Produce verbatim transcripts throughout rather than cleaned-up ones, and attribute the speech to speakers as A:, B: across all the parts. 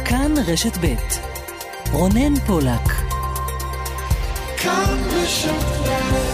A: כאן רשת ב' רונן פולק.
B: כאן רשת ב'.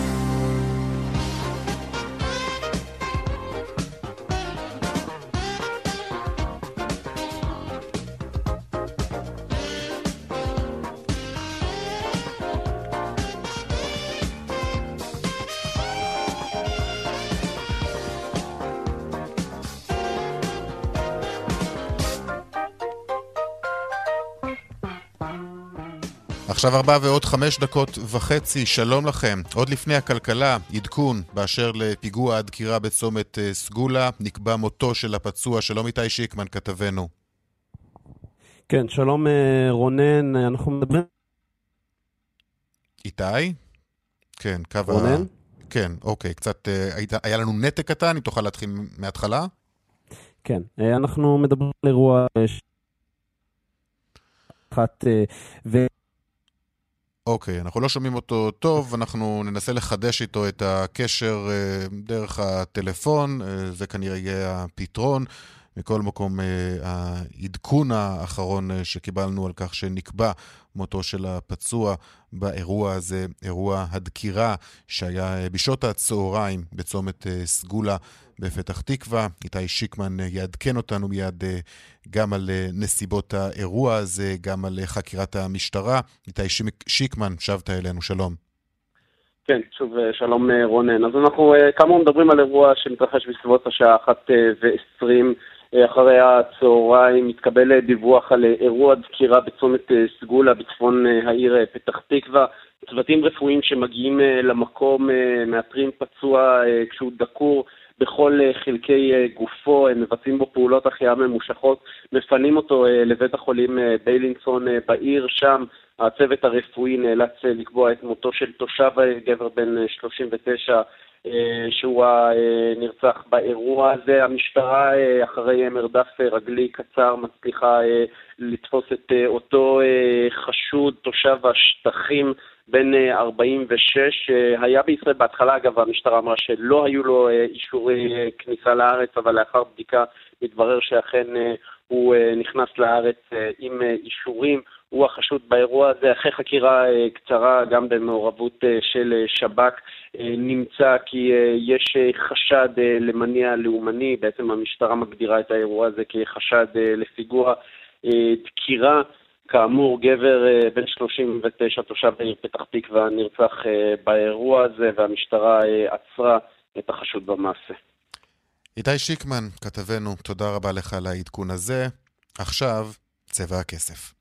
C: עכשיו ארבע ועוד חמש דקות וחצי, שלום לכם. עוד לפני הכלכלה, עדכון באשר לפיגוע הדקירה בצומת סגולה, נקבע מותו של הפצוע. שלום איתי שיקמן, כתבנו.
D: כן, שלום רונן, אנחנו מדברים...
C: איתי? כן, קו
D: רונן?
C: ה... כן, אוקיי, קצת היה לנו נתק קטן, אם תוכל להתחיל מההתחלה?
D: כן, אנחנו מדברים על אירוע אחת ו...
C: אוקיי, אנחנו לא שומעים אותו טוב, אנחנו ננסה לחדש איתו את הקשר דרך הטלפון, זה כנראה יהיה הפתרון. מכל מקום, העדכון האחרון שקיבלנו על כך שנקבע מותו של הפצוע באירוע הזה, אירוע הדקירה שהיה בשעות הצהריים בצומת סגולה בפתח תקווה. איתי שיקמן יעדכן אותנו מיד גם על נסיבות האירוע הזה, גם על חקירת המשטרה. איתי שיקמן, שבת אלינו, שלום.
E: כן, שוב שלום רונן. אז אנחנו כאמור מדברים על אירוע שמתרחש בסביבות השעה אחת ועשרים אחרי הצהריים. מתקבל דיווח על אירוע דקירה בצומת סגולה בצפון העיר פתח תקווה. צוותים רפואיים שמגיעים למקום מאתרים פצוע כשהוא דקור בכל חלקי גופו, הם מבצעים בו פעולות החייאה ממושכות, מפנים אותו לבית החולים ביילינסון בעיר. שם הצוות הרפואי נאלץ לקבוע את מותו של תושב גבר בן שלושים ותשע שהוא נרצח באירוע הזה. המשטרה אחרי מרדף רגלי קצר מצליחה לתפוס את אותו חשוד, תושב השטחים בן ארבעים ושש, היה בישראל בהתחלה. אגב, המשטרה אמרה שלא היו לו אישורי כניסה לארץ, אבל לאחר בדיקה מתברר שאכן הוא נכנס לארץ עם אישורים. הוא החשוד באירוע הזה. אחרי חקירה קצרה גם במעורבות של שב"כ נמצא כי יש חשד למניע לאומני. בעצם המשטרה מגדירה את האירוע הזה כחשד לפיגוע דקירה. כאמור, גבר בן שלושים ותשע, תושב בעיר פתח תקווה, נרצח באירוע הזה, והמשטרה עצרה את החשוד במעשה.
C: איתי שיקמן, כתבנו, תודה רבה לך על העדכון הזה. עכשיו, צבע הכסף.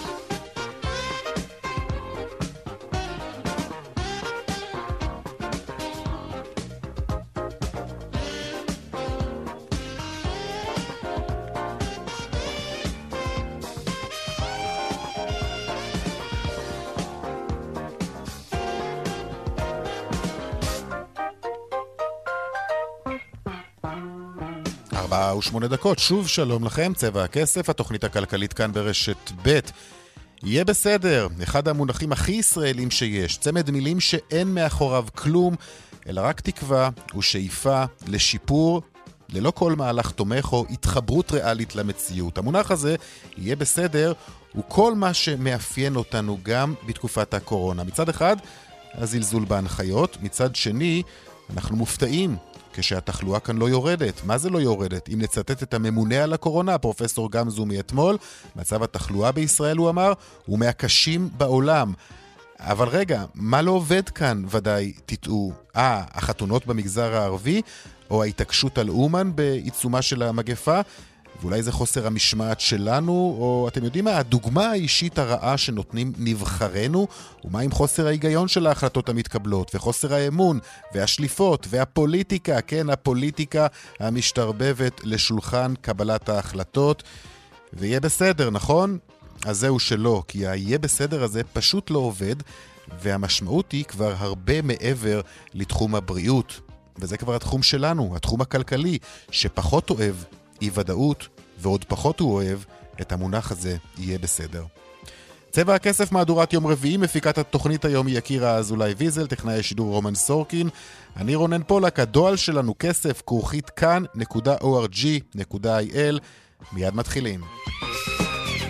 C: ארבע ושמונה דקות, שוב שלום לכם, צבע הכסף, התוכנית הכלכלית כאן ברשת ב'. יהיה בסדר, אחד המונחים הכי ישראלים שיש, צמד מילים שאין מאחוריו כלום, אלא רק תקווה ושאיפה לשיפור, ללא כל מהלך תומך או התחברות ריאלית למציאות. המונח הזה, יהיה בסדר, הוא כל מה שמאפיין אותנו גם בתקופת הקורונה. מצד אחד, הזלזול בהנחיות, מצד שני, אנחנו מופתעים כשהתחלואה כאן לא יורדת. מה זה לא יורדת? אם נצטט את הממונה על הקורונה, פרופסור גמזו מאתמול, מצב התחלואה בישראל, הוא אמר, הוא מהקשים בעולם. אבל רגע, מה לא עובד כאן? ודאי תטעו. אה, החתונות במגזר הערבי, או ההתעקשות על אומן בעיצומה של המגפה, ואולי זה חוסר המשמעת שלנו, או אתם יודעים מה, הדוגמה האישית הרעה שנותנים נבחרנו, ומה עם חוסר ההיגיון של ההחלטות המתקבלות, וחוסר האמון, והשליפות, והפוליטיקה, כן, הפוליטיקה המשתרבבת לשולחן קבלת ההחלטות, ויהיה בסדר, נכון? אז זהו שלא, כי היהיה בסדר הזה פשוט לא עובד, והמשמעות היא כבר הרבה מעבר לתחום הבריאות, וזה כבר התחום שלנו, התחום הכלכלי, שפחות אוהב אי ודאות, ועוד פחות הוא אוהב את המונח הזה יהיה בסדר. צבע הכסף, מהדורת יום רביעי, מפיקת התוכנית היום היא יקירה אזולאי ויזל, טכנאי השידור רומן סורקין, אני רונן פולק, הדואל שלנו כסף, כרוכית כאן נקודה או אר ג'י נקודה איי אל, מיד מתחילים.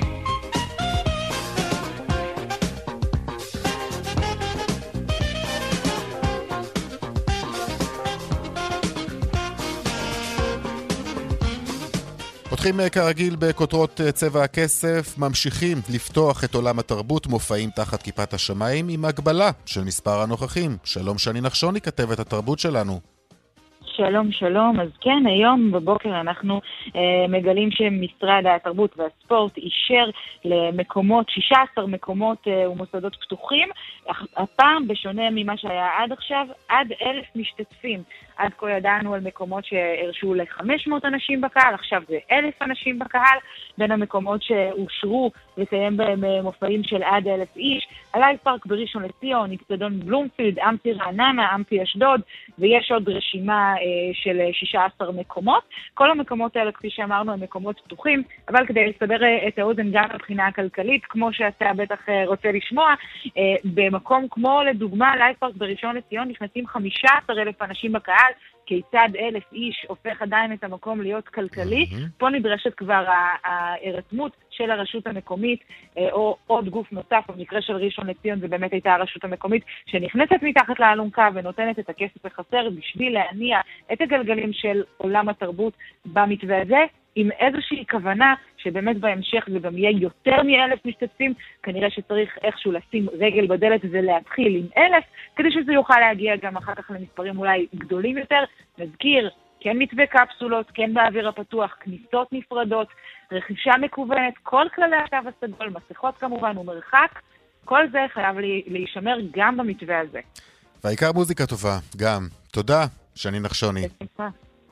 C: פותחים כרגיל בכותרות צבע הכסף, ממשיכים לפתוח את עולם התרבות, מופעים תחת כיפת השמיים עם הגבלה של מספר הנוכחים. שלום שני נחשוני, כתבת התרבות שלנו.
B: שלום שלום, אז כן, היום בבוקר אנחנו אה, מגלים שמשרד התרבות והספורט אישר למקומות, שישה עשר מקומות אה, ומוסדות פתוחים, הפעם בשונה ממה שהיה עד עכשיו, עד אלף משתתפים. עד כה ידענו על מקומות שהרשו ל-חמש מאות אנשים בקהל, עכשיו זה אלף אנשים בקהל, בין המקומות שאושרו לקיים בהם מופעים של עד אלף איש, הלייב פארק בראשון לציון, אצטדיון בלומפילד, אמפי רעננה, אמפי אשדוד, ויש עוד רשימה אה, של שישה עשר מקומות. כל המקומות האלה, כפי שאמרנו, הם מקומות פתוחים, אבל כדי לסבר את האוזן גם מבחינה הכלכלית, כמו שאתה בטח רוצה לשמוע, אה, במקום כמו לדוגמה לייב פארק בראשון לציון נכנסים חמישה עשר אלף אנשים בקהל, כיצד אלף איש הופך עדיין את המקום להיות כלכלי. Mm-hmm. פה נדרשת כבר ההירתמות של הרשות המקומית, או עוד גוף נוסף, במקרה של ראשון לציון, זה באמת הייתה הרשות המקומית, שנכנסת מתחת לאלונקה ונותנת את הכסף החסר בשביל להניע את הגלגלים של עולם התרבות במתווה הזה, עם איזושהי כוונה שבאמת בהמשך זה גם יהיה יותר מאלף משתתפים, כנראה שצריך איכשהו לשים רגל בדלת ולהתחיל עם אלף, כדי שזה יוכל להגיע גם אחר כך למספרים אולי גדולים יותר. נזכיר, כן מתווה קפסולות, כן באוויר הפתוח, כניסות נפרדות, רכישה מקוונת, כל כללי התו הסגול, מסכות כמובן ומרחק, כל זה חייב להישמר גם במתווה הזה.
C: והעיקר מוזיקה טובה, גם. תודה, שני נחשוני.
B: בשמחה.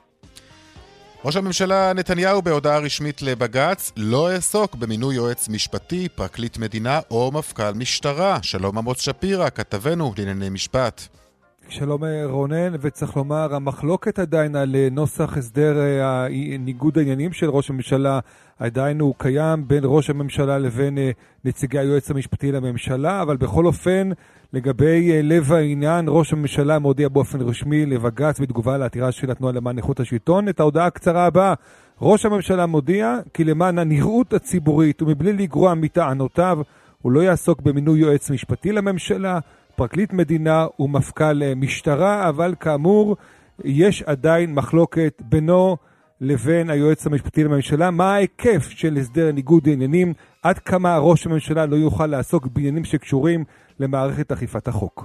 C: ראש הממשלה נתניהו בהודעה רשמית לבג"ץ לא יעסוק במינוי יועץ משפטי, פרקליט מדינה או מפכ"ל משטרה. שלום עמוס שפירא, כתבנו לענייני משפט.
F: שלום רונן, וצריך לומר, המחלוקת עדיין על נוסח הסדר ניגוד העניינים של ראש הממשלה עדיין הוא קיים בין ראש הממשלה לבין נציגי היועץ המשפטי לממשלה, אבל בכל אופן לגבי לב העניין, ראש הממשלה מודיע באופן רשמי לבג"ץ בתגובה לעתירה של התנועה למען איכות השלטון את ההודעה הקצרה הבאה. ראש הממשלה מודיע כי למען הנראות הציבורית ומבלי לגרוע מטענותיו הוא לא יעסוק במינוי יועץ משפטי לממשלה, פרקליט מדינה ומפכ"ל משטרה, אבל כאמור יש עדיין מחלוקת בינו לבין היועץ המשפטי לממשלה, מה ההיקף של הסדר ניגוד העניינים, עד כמה ראש הממשלה לא יוכל לעסוק בעניינים שקשורים למערכת אכיפת החוק.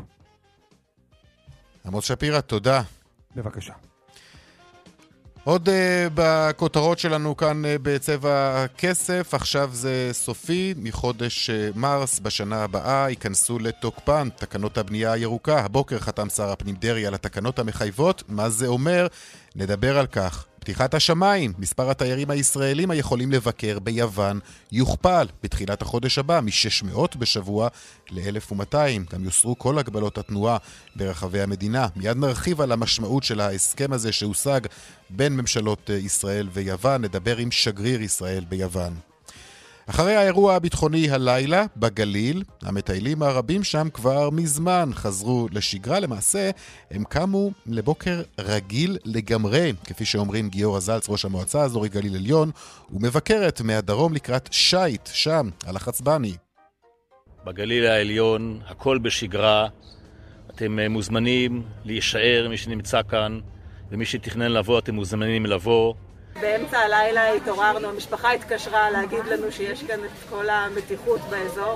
C: עמוס שפירא, תודה.
F: בבקשה.
C: עוד uh, בכותרות שלנו כאן uh, בצבע הכסף, עכשיו זה סופי, מחודש uh, מרס בשנה הבאה ייכנסו לתוקפן תקנות הבנייה הירוקה. הבוקר חתם שר הפנים דרעי על התקנות המחייבות. מה זה אומר? נדבר על כך. פתיחת השמיים, מספר התיירים הישראלים היכולים לבקר ביוון יוכפל בתחילת החודש הבא מ-שש מאות בשבוע ל-אלף ומאתיים. גם יוסרו כל הגבלות התנועה ברחבי המדינה. מיד נרחיב על המשמעות של ההסכם הזה שהושג בין ממשלות ישראל ויוון. נדבר עם שגריר ישראל ביוון. אחרי האירוע הביטחוני הלילה בגליל, המטיילים הרבים שם כבר מזמן חזרו לשגרה. למעשה הם קמו לבוקר רגיל לגמרי, כפי שאומרים גיורא זלץ, ראש המועצה האזורית גליל עליון, ומבקרת מהדרום לקראת שייט שם על החצבני.
G: בגליל העליון הכל בשגרה, אתם מוזמנים להישאר, מי שנמצא כאן ומי שתכנן לבוא אתם מוזמנים לבוא.
H: באמצע הלילה התעוררנו, המשפחה התקשרה להגיד לנו שיש כאן את כל המתיחות באזור,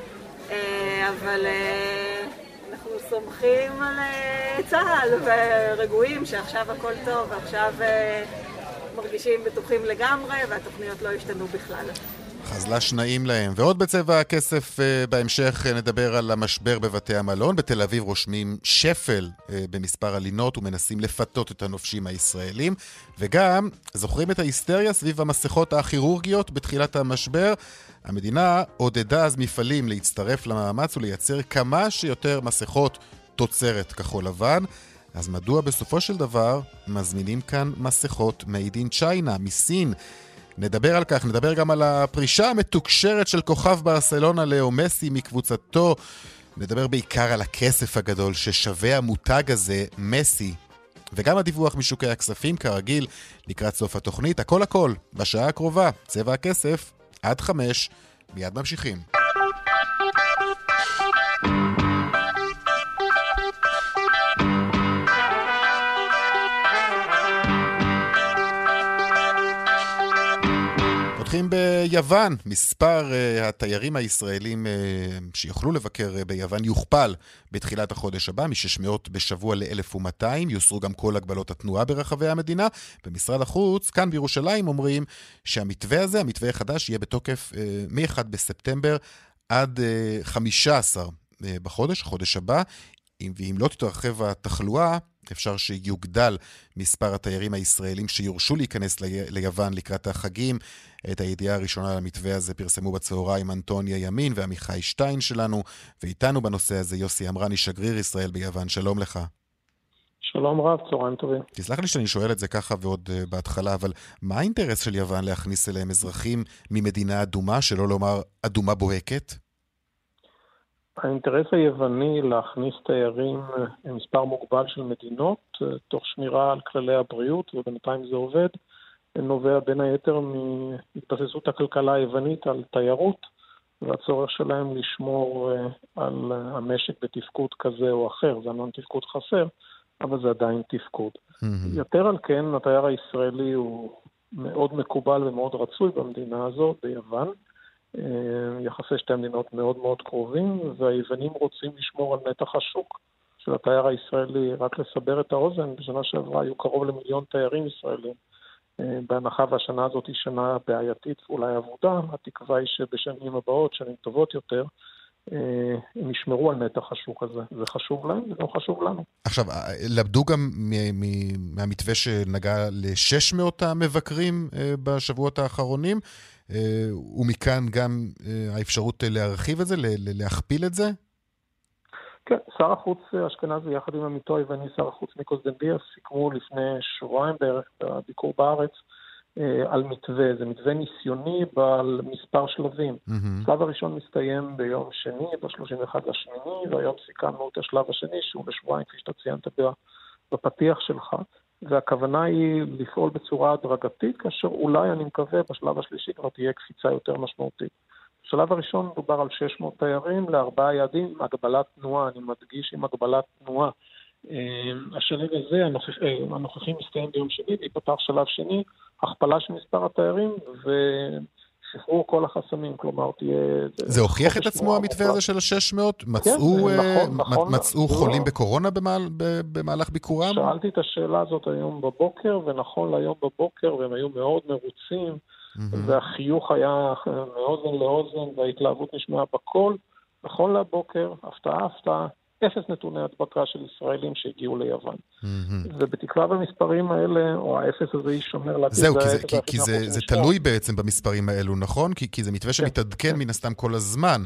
H: אבל אנחנו סומכים על צה"ל ורגועים שעכשיו הכל טוב ועכשיו מרגישים בטוחים לגמרי והתוכניות לא השתנו בכלל.
C: חזל"ש נעים להם. ועוד בצבע הכסף בהמשך נדבר על המשבר בבתי המלון. בתל אביב רושמים שפל במספר הלינות ומנסים לפתות את הנופשים הישראלים. וגם זוכרים את ההיסטריה סביב המסכות הכירורגיות בתחילת המשבר. המדינה עודדה אז מפעלים להצטרף למאמץ ולייצר כמה שיותר מסכות תוצרת כחול לבן. אז מדוע בסופו של דבר מזמינים כאן מסכות made in China, מסין? נדבר על כך, נדבר גם על הפרישה המתוקשרת של כוכב ברסלונה לאו מסי מקבוצתו. נדבר בעיקר על הכסף הגדול ששווה המותג הזה, מסי. וגם הדיווח משוקי הכספים כרגיל לקראת סוף התוכנית. הכל הכל בשעה הקרובה, צבע הכסף, עד חמש, מיד ממשיכים. נתחיל ביוון. מספר uh, התיירים הישראלים uh, שיוכלו לבקר uh, ביוון יוכפל בתחילת החודש הבא, מ-שש מאות בשבוע ל-אלף ומאתיים. יוסרו גם כל הגבלות התנועה ברחבי המדינה. במשרד החוץ, כאן בירושלים, אומרים שהמתווה הזה, המתווה החדש, יהיה בתוקף uh, מ-אחד בספטמבר עד uh, חמישה עשר uh, בחודש, החודש הבא. ואם לא תתרחב התחלואה, אפשר שיוגדל מספר התיירים הישראלים שיורשו להיכנס לי, ליוון לקראת החגים. את הידיעה הראשונה למתווה הזה פרסמו בצהריים אנטוניה ימין ועמיחי שטיין שלנו, ואיתנו בנושא הזה יוסי אמרני, שגריר ישראל ביוון. שלום לך.
I: שלום רב, צהריים טובים.
C: תסלח לי שאני שואל את זה ככה ועוד uh, בהתחלה, אבל מה האינטרס של יוון להכניס אליהם אזרחים ממדינה אדומה, שלא לומר אדומה בוהקת?
I: האינטרס היווני להכניס תיירים למספר מוגבל של מדינות, תוך שמירה על כללי הבריאות, ובינתיים זה עובד, נובע בין היתר מהתבססות הכלכלה היוונית על תיירות, והצורך שלהם לשמור על המשק בתפקוד כזה או אחר. זה לא תפקוד חסר, אבל זה עדיין תפקוד. Mm-hmm. יותר על כן, התייר הישראלי הוא מאוד מקובל ומאוד רצוי במדינה הזו, ביוון. יחסי שתי המדינות מאוד מאוד קרובים, והיוונים רוצים לשמור על נתח השוק של התייר הישראלי. רק לסבר את האוזן, בשנה שעברה היו קרוב למיליון תיירים ישראלים. בהנחה והשנה הזאת היא שנה בעייתית ואולי עבודה, התקווה היא שבשנים הבאות, שנים טובות יותר, הם ישמרו על נתח השוק הזה. זה חשוב להם, זה גם חשוב לנו. עכשיו,
C: למדו גם מהמתווה שנגע ל-שש מאות המבקרים בשבועות האחרונים, ומכאן גם האפשרות להרחיב את זה, להכפיל את זה?
I: כן, שר החוץ אשכנזי יחד עם עמיתו היווני, שר החוץ ניקוס דנדיאס, סיכמו לפני שבועיים בערך בביקור בארץ על מתווה. זה מתווה ניסיוני בעל מספר שלבים. Mm-hmm. השלב הראשון מסתיים ביום שני, ב-שלושים ואחד לשמיני, והיום סיכמנו את השלב השני, שהוא לשבועיים, כפי שאתה ציינת בפתיח שלך. והכוונה היא לפעול בצורה הדרגתית, כאשר אולי, אני מקווה, בשלב השלישי כבר תהיה קפיצה יותר משמעותית. בשלב הראשון מדובר על שש מאות תיירים לארבעה יעדים, הגבלת תנועה, אני מדגיש עם הגבלת תנועה. השלב הזה, הנוכחים מסתיים ביום שני, ויפתח שלב שני, הכפלה של מספר התיירים, ושחרור כל החסמים, כלומר תהיה...
C: זה הוכיח את עצמו המתווה הזה של ה-שש מאות? מצאו חולים בקורונה במהלך ביקורם?
I: שאלתי את השאלה הזאת היום בבוקר, ונכון להיום בבוקר, והם היו מאוד מרוצים, והחיוך היה מאוזן לאוזן, וההתלהבות נשמעה בכל. נכון לבוקר, הפתעה, הפתעה, אפס נתוני הדבקה של ישראלים שהגיעו ליוון. ובתקווה במספרים האלה, או האפס הזה יישומר לעתיד.
C: זהו, כי זה תלוי בעצם במספרים האלו, נכון? כי זה מתווה שמתעדכן מן הסתם כל הזמן.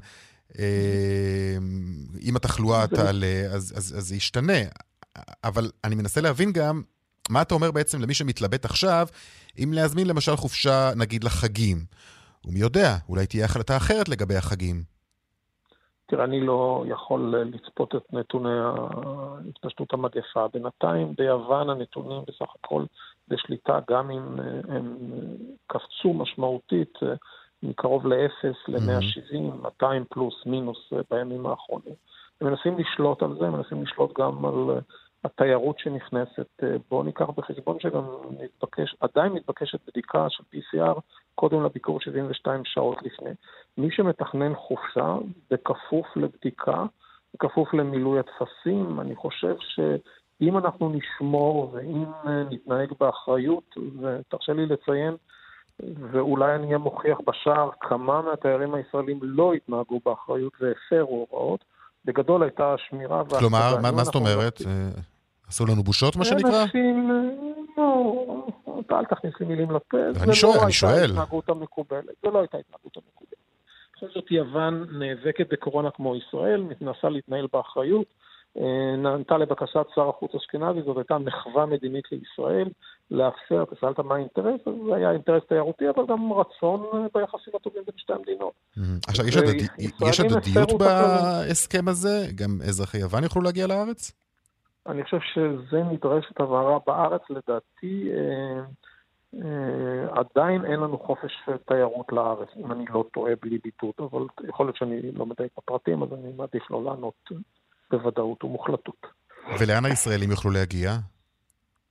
C: אם התחלואה תעלה, אז זה ישתנה. אבל אני מנסה להבין גם, מה אתה אומר בעצם למי שמתלבט עכשיו, אם להזמין למשל חופשה, נגיד לחגים? ומי יודע, אולי תהיה החלטה אחרת לגבי החגים.
I: תראה, אני לא יכול לצפות את נתוני התפשטות המגפה. בינתיים ביוון הנתונים בסך הכל בשליטה, גם אם הם קפצו משמעותית מקרוב לאפס ל-מאה שבעים, מאתיים פלוס מינוס בימים האחרונים. הם מנסים לשלוט על זה, הם מנסים לשלוט גם על התיירות שנכנסת. בואו ניקח בחשבון שגם מתבקש, עדיין מתבקשת בדיקה של פי סי אר קודם לביקור שבעים ושתיים שעות לפני. מי שמתכנן חופשה בכפוף לבדיקה, בכפוף למילוי הטפסים, אני חושב שאם אנחנו נשמור ואם נתנהג באחריות, ותרשה לי לציין, ואולי אני אהיה מוכיח בשער כמה מהתיירים הישראלים לא התנהגו באחריות והפרו הוראות, בגדול הייתה השמירה.
C: כלומר, מה זאת אומרת? עשו לנו בושות, מה שנקרא?
I: אנשים, לא, אתה אל תכניס לי מילים לפה.
C: אני שואל, אני שואל.
I: זה לא הייתה התנהגות המקובלת. זה לא הייתה התנהגות המקובלת. בכל זאת יוון נאבקת בקורונה כמו ישראל, מתנסה להתנהל באחריות, נענתה לבקשת שר החוץ אשכנזי, זאת הייתה מחווה מדינית לישראל, לאפשר, תשאלת מה האינטרס, זה היה אינטרס תיירותי, אבל גם רצון ביחסים הטובים בין שתי המדינות.
C: עכשיו, יש הדדיות בהסכם הזה? גם אזרחי יוון יוכלו להגיע לארץ?
I: אני חושב שזה נדרשת הבהרה בארץ, לדעתי אה, אה, עדיין אין לנו חופש תיירות לארץ, אם אני לא טועה בלי ביטוד, אבל יכול להיות שאני לא מדייק בפרטים, אז אני מעדיף לא לענות בוודאות ומוחלטות.
C: ולאן הישראלים יוכלו להגיע?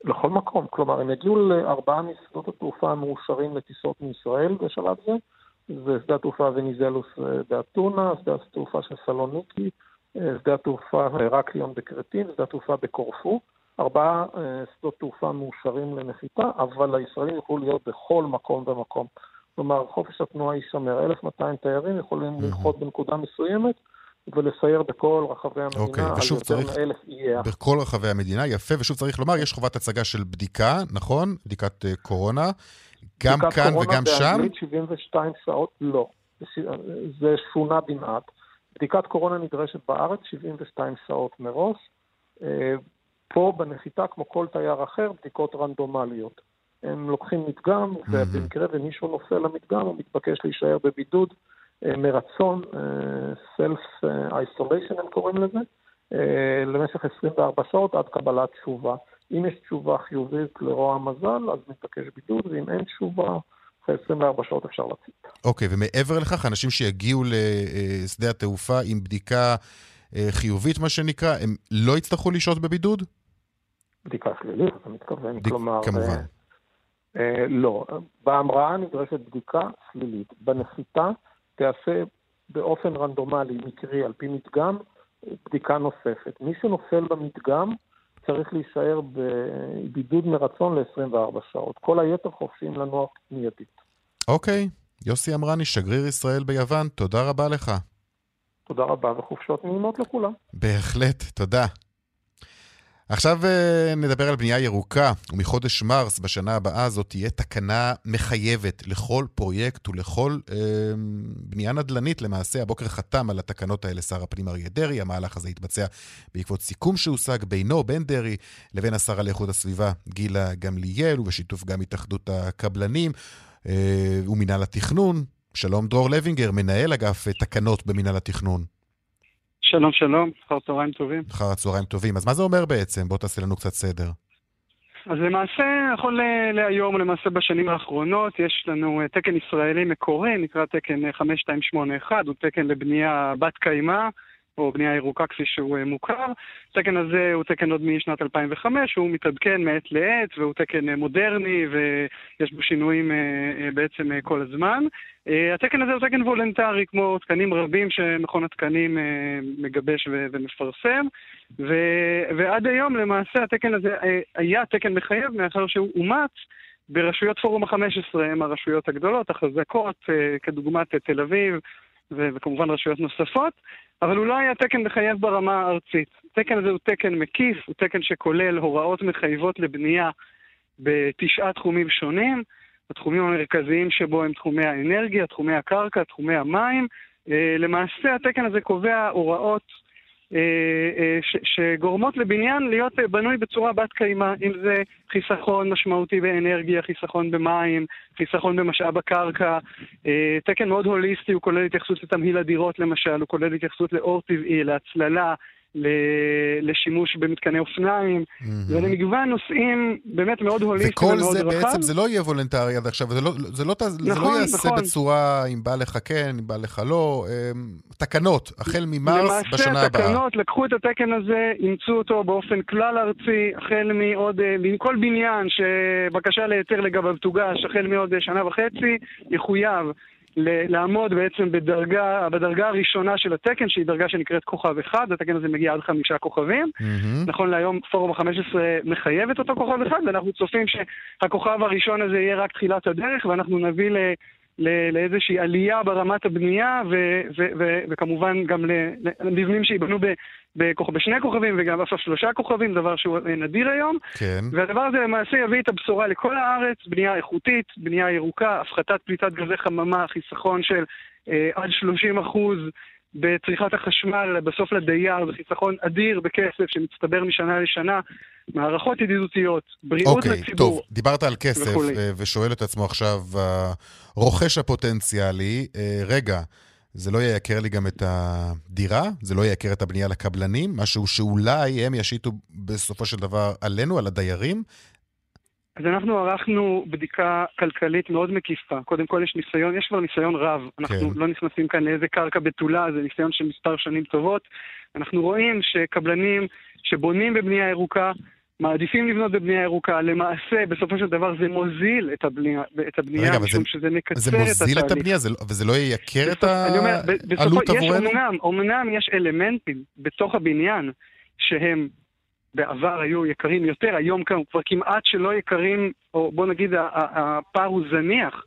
I: לכל מקום. כלומר, הם יגיעו לארבעה משדות התעופה המאושרים לטיסות מישראל בשלב זה. זה שדה התעופה וניזלוס באתונה, שדה התעופה של סלוניקי, שדה התעופה הרקליון בקרטין, שדה התעופה בקורפו. ארבעה שדות תעופה מאושרים לנחיתה, אבל הישראלים יוכלו להיות בכל מקום ומקום. כלומר, חופש התנועה יישמר. אלף ומאתיים תיירים יכולים לנחות בנקודה מסוימת, ולסייר בכל רחבי המדינה,
C: אוקיי,
I: על
C: ושוב
I: יותר
C: צריך,
I: מאלף איי.
C: בכל רחבי המדינה, יפה, ושוב צריך לומר, יש חובת הצגה של בדיקה, נכון? בדיקת uh, קורונה, גם
I: בדיקת
C: כאן
I: קורונה
C: וגם שם?
I: באנגלית שבעים ושתיים שעות, לא. זה שונה במעט. בדיקת קורונה נדרשת בארץ שבעים ושתיים שעות מראש. פה בנחיתה, כמו כל תייר אחר, בדיקות רנדומליות. הם לוקחים מדגם, ובמקרה ומישהו נופל למדגם, הוא מתבקש להישאר בבידוד מרצון, self-isolation הם קוראים לזה, למשך עשרים וארבע שעות עד קבלת תשובה. אם יש תשובה חיובית לרוע המזל, אז מתבקש בידוד, ואם אין תשובה, אחרי עשרים וארבע שעות אפשר לצאת.
C: אוקיי, ומעבר לכך, אנשים שיגיעו לשדה התעופה עם בדיקה חיובית, מה שנקרא, הם לא יצטרכו לשהות בבידוד?
I: בדיקה שלילית, אתה מתכוון,
C: דיק,
I: כלומר...
C: כמובן.
I: אה, אה, לא, בהמראה נדרשת בדיקה שלילית. בנחיתה תעשה באופן רנדומלי, מקרי, על פי מדגם, בדיקה נוספת. מי שנופל במדגם צריך להישאר בבידוד מרצון ל-עשרים וארבע שעות. כל היתר חופשיים לנוח מיידית.
C: אוקיי, יוסי אמרני, שגריר ישראל ביוון, תודה רבה לך.
I: תודה רבה וחופשות נעימות לכולם.
C: בהחלט, תודה. עכשיו נדבר על בנייה ירוקה, ומחודש מרס בשנה הבאה הזאת תהיה תקנה מחייבת לכל פרויקט ולכל אה, בנייה נדלנית. למעשה הבוקר חתם על התקנות האלה שר הפנים אריה דרעי. המהלך הזה התבצע בעקבות סיכום שהושג בינו, בין דרעי, לבין השרה לאיכות הסביבה גילה גמליאל, ובשיתוף גם התאחדות הקבלנים אה, ומינהל התכנון. שלום דרור לוינגר, מנהל אגף תקנות במינהל התכנון.
J: שלום, שלום, אחר צהריים טובים.
C: אחר הצהריים טובים. אז מה זה אומר בעצם? בוא תעשה לנו קצת סדר.
J: אז למעשה, נכון להיום, למעשה בשנים האחרונות, יש לנו תקן ישראלי מקורי, נקרא תקן חמש שתיים שמונה אחת, הוא תקן לבנייה בת קיימה, או בנייה ירוקה כפי שהוא מוכר. התקן הזה הוא תקן עוד משנת אלפיים וחמש, הוא מתעדכן מעת לעת, והוא תקן מודרני, ויש בו שינויים בעצם כל הזמן. התקן הזה הוא תקן וולנטרי, כמו תקנים רבים שמכון התקנים מגבש ומפרסם, ועד היום למעשה התקן הזה היה תקן מחייב, מאחר שהוא אומץ ברשויות פורום ה-חמש עשרה, הם הרשויות הגדולות, החזקות, כדוגמת תל אביב, וכמובן רשויות נוספות, אבל הוא לא היה תקן מחייב ברמה הארצית. התקן הזה הוא תקן מקיף, הוא תקן שכולל הוראות מחייבות לבנייה בתשעה תחומים שונים. התחומים המרכזיים שבו הם תחומי האנרגיה, תחומי הקרקע, תחומי המים. למעשה התקן הזה קובע הוראות שגורמות לבניין להיות בנוי בצורה בת קיימה, אם זה חיסכון משמעותי באנרגיה, חיסכון במים, חיסכון במשאב הקרקע. תקן מאוד הוליסטי, הוא כולל התייחסות לתמהיל הדירות למשל, הוא כולל התייחסות לאור טבעי, להצללה, לשימוש במתקני אופניים, ולמגוון נושאים באמת מאוד הוליסטיים ומאוד רחב. וכל זה בעצם,
C: זה לא יהיה וולנטרי עד עכשיו, זה לא יעשה בצורה אם בא לך כן, אם בא לך לא, תקנות, החל ממרס בשנה הבאה.
J: למעשה התקנות לקחו את התקן הזה, אימצו אותו באופן כלל ארצי, החל מעוד, כל בניין שבקשה להיתר לגביו תוגש, החל מעוד שנה וחצי, יחויב לעמוד בעצם בדרגה, בדרגה הראשונה של התקן, שהיא דרגה שנקראת כוכב אחד, התקן הזה מגיע עד חמישה כוכבים. Mm-hmm. נכון להיום פורום ה-חמש עשרה מחייב את אותו כוכב אחד, ואנחנו צופים שהכוכב הראשון הזה יהיה רק תחילת הדרך, ואנחנו נביא ל... לאיזושהי עלייה ברמת הבנייה, ו- ו- ו- וכמובן גם למבנים שיבנו ב- בכוכב, בשני כוכבים וגם בסוף שלושה כוכבים, דבר שהוא נדיר היום.
C: כן.
J: והדבר הזה למעשה יביא את הבשורה לכל הארץ, בנייה איכותית, בנייה ירוקה, הפחתת פליטת גזי חממה, חיסכון של אה, עד שלושים אחוז בצריכת החשמל, בסוף לדייר, זה חיסכון אדיר בכסף שמצטבר משנה לשנה, מערכות ידידותיות, בריאות
C: אוקיי,
J: לציבור.
C: טוב, דיברת על כסף וכולי. ושואל את עצמו עכשיו הרוכש הפוטנציאלי, רגע, זה לא ייקר לי גם את הדירה? זה לא ייקר את הבנייה לקבלנים? משהו שאולי הם ישיתו בסופו של דבר עלינו, על הדיירים?
J: אז אנחנו ערכנו בדיקה כלכלית מאוד מקיפה. קודם כל יש ניסיון, יש כבר ניסיון רב. אנחנו כן. לא נכנסים כאן לאיזה קרקע בתולה, זה ניסיון של מספר שנים טובות. אנחנו רואים שקבלנים שבונים בבנייה ירוקה, מעדיפים לבנות בבנייה ירוקה, למעשה בסופו של דבר זה מוזיל את הבנייה, את הבנייה
C: רגע,
J: משום
C: זה,
J: שזה מקצר
C: זה
J: את התהליך.
C: מוזיל את הבנייה, זה, וזה לא יקר את
J: העלות עבורנו? אומנם, אומנם יש אלמנטים בתוך הבניין שהם בעבר היו יקרים יותר, היום כבר כמעט שלא יקרים, או בוא נגיד הפער הוא זניח,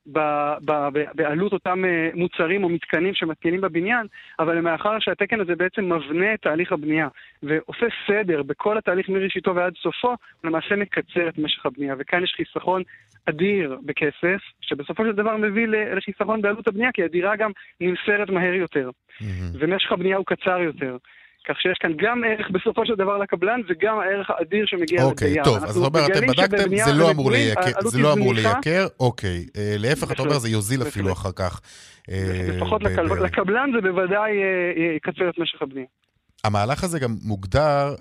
J: בעלות אותם מוצרים או מתקנים שמתקינים בבניין, אבל מאחר שהתקן הזה בעצם מבנה את תהליך הבנייה ועושה סדר בכל התהליך מראשיתו ועד סופו, למעשה מקצר את משך הבנייה, וכאן יש חיסכון אדיר בכסף, שבסופו של דבר מביא לחיסכון בעלות הבנייה, כי הדירה גם נמסרת מהר יותר, ומשך הבנייה הוא קצר יותר. כך שיש כאן גם ערך בסופו של דבר לקבלן, וגם הערך האדיר שמגיע לדייר.
C: אוקיי, טוב, אז אומר, אתם בדקתם, זה לא אמור לייקר, זה לא אמור לייקר, אוקיי. להפך, אתה אומר, זה יוזיל אפילו אחר כך.
J: לפחות לקבלן זה בוודאי יקצר את משך הבנייה.
C: המהלך הזה גם מוגדר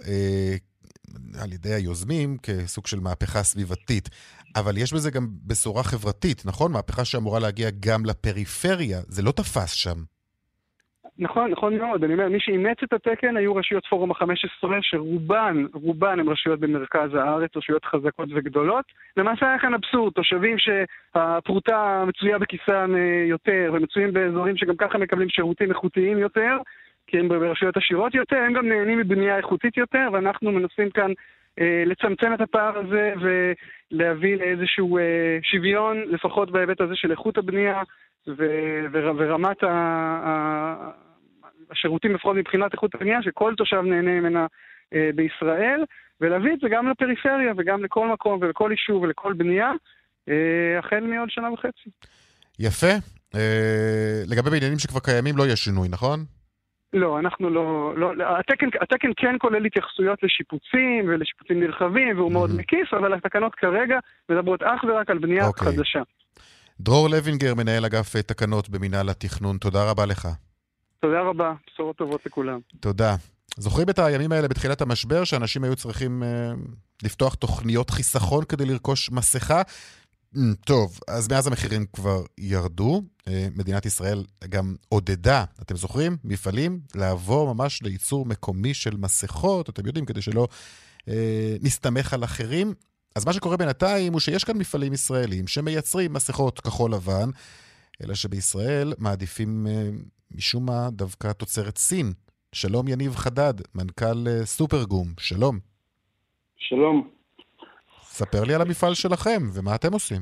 C: על ידי היוזמים כסוג של מהפכה סביבתית, אבל יש בזה גם בשורה חברתית, נכון? מהפכה שאמורה להגיע גם לפריפריה, זה לא תפס שם.
J: נכון, נכון מאוד. אני אומר, מי שאימץ את התקן היו רשויות פורום ה-חמש עשרה, שרובן, רובן הם רשויות במרכז הארץ, רשויות חזקות וגדולות. למעשה היה כאן אבסורד, תושבים שהפרוטה מצויה בכיסם יותר, ומצויים באזורים שגם ככה מקבלים שירותים איכותיים יותר, כי הם ברשויות עשירות יותר, הם גם נהנים מבנייה איכותית יותר, ואנחנו מנסים כאן אה, לצמצם את הפער הזה, ולהביא לאיזשהו אה, שוויון, לפחות בהיבט הזה של איכות הבנייה, ו- ו- ורמת ה- ה- השירותים לפחות מבחינת איכות הבנייה, שכל תושב נהנה ממנה אה, בישראל, ולהביא את זה גם לפריפריה, וגם לכל מקום, ולכל יישוב, ולכל בנייה, אה, החל מעוד שנה וחצי.
C: יפה. אה, לגבי בעניינים שכבר קיימים לא יש שינוי, נכון?
J: לא, אנחנו לא, לא, התקן, התקן כן כולל התייחסויות לשיפוצים ולשיפוצים נרחבים, והוא מאוד מקיף, אבל התקנות כרגע מדברות אך ורק על בנייה חדשה.
C: דרור לוינגר, מנהל אגף תקנות במינהל התכנון, תודה רבה לך.
J: תודה רבה, בשורות טובות לכולם.
C: תודה. זוכרים את הימים האלה בתחילת המשבר, שאנשים היו צריכים אה, לפתוח תוכניות חיסכון כדי לרכוש מסכה? טוב, אז מאז המחירים כבר ירדו, מדינת ישראל גם עודדה, אתם זוכרים? מפעלים לעבור ממש לייצור מקומי של מסכות, אתם יודעים, כדי שלא אה, נסתמך על אחרים. אז מה שקורה בינתיים הוא שיש כאן מפעלים ישראלים שמייצרים מסכות כחול לבן, אלא שבישראל מעדיפים אה, משום מה דווקא תוצרת סין. שלום יניב חדד, מנכ"ל אה, סופרגום, שלום.
K: שלום.
C: ספר לי על המפעל שלכם, ומה אתם עושים?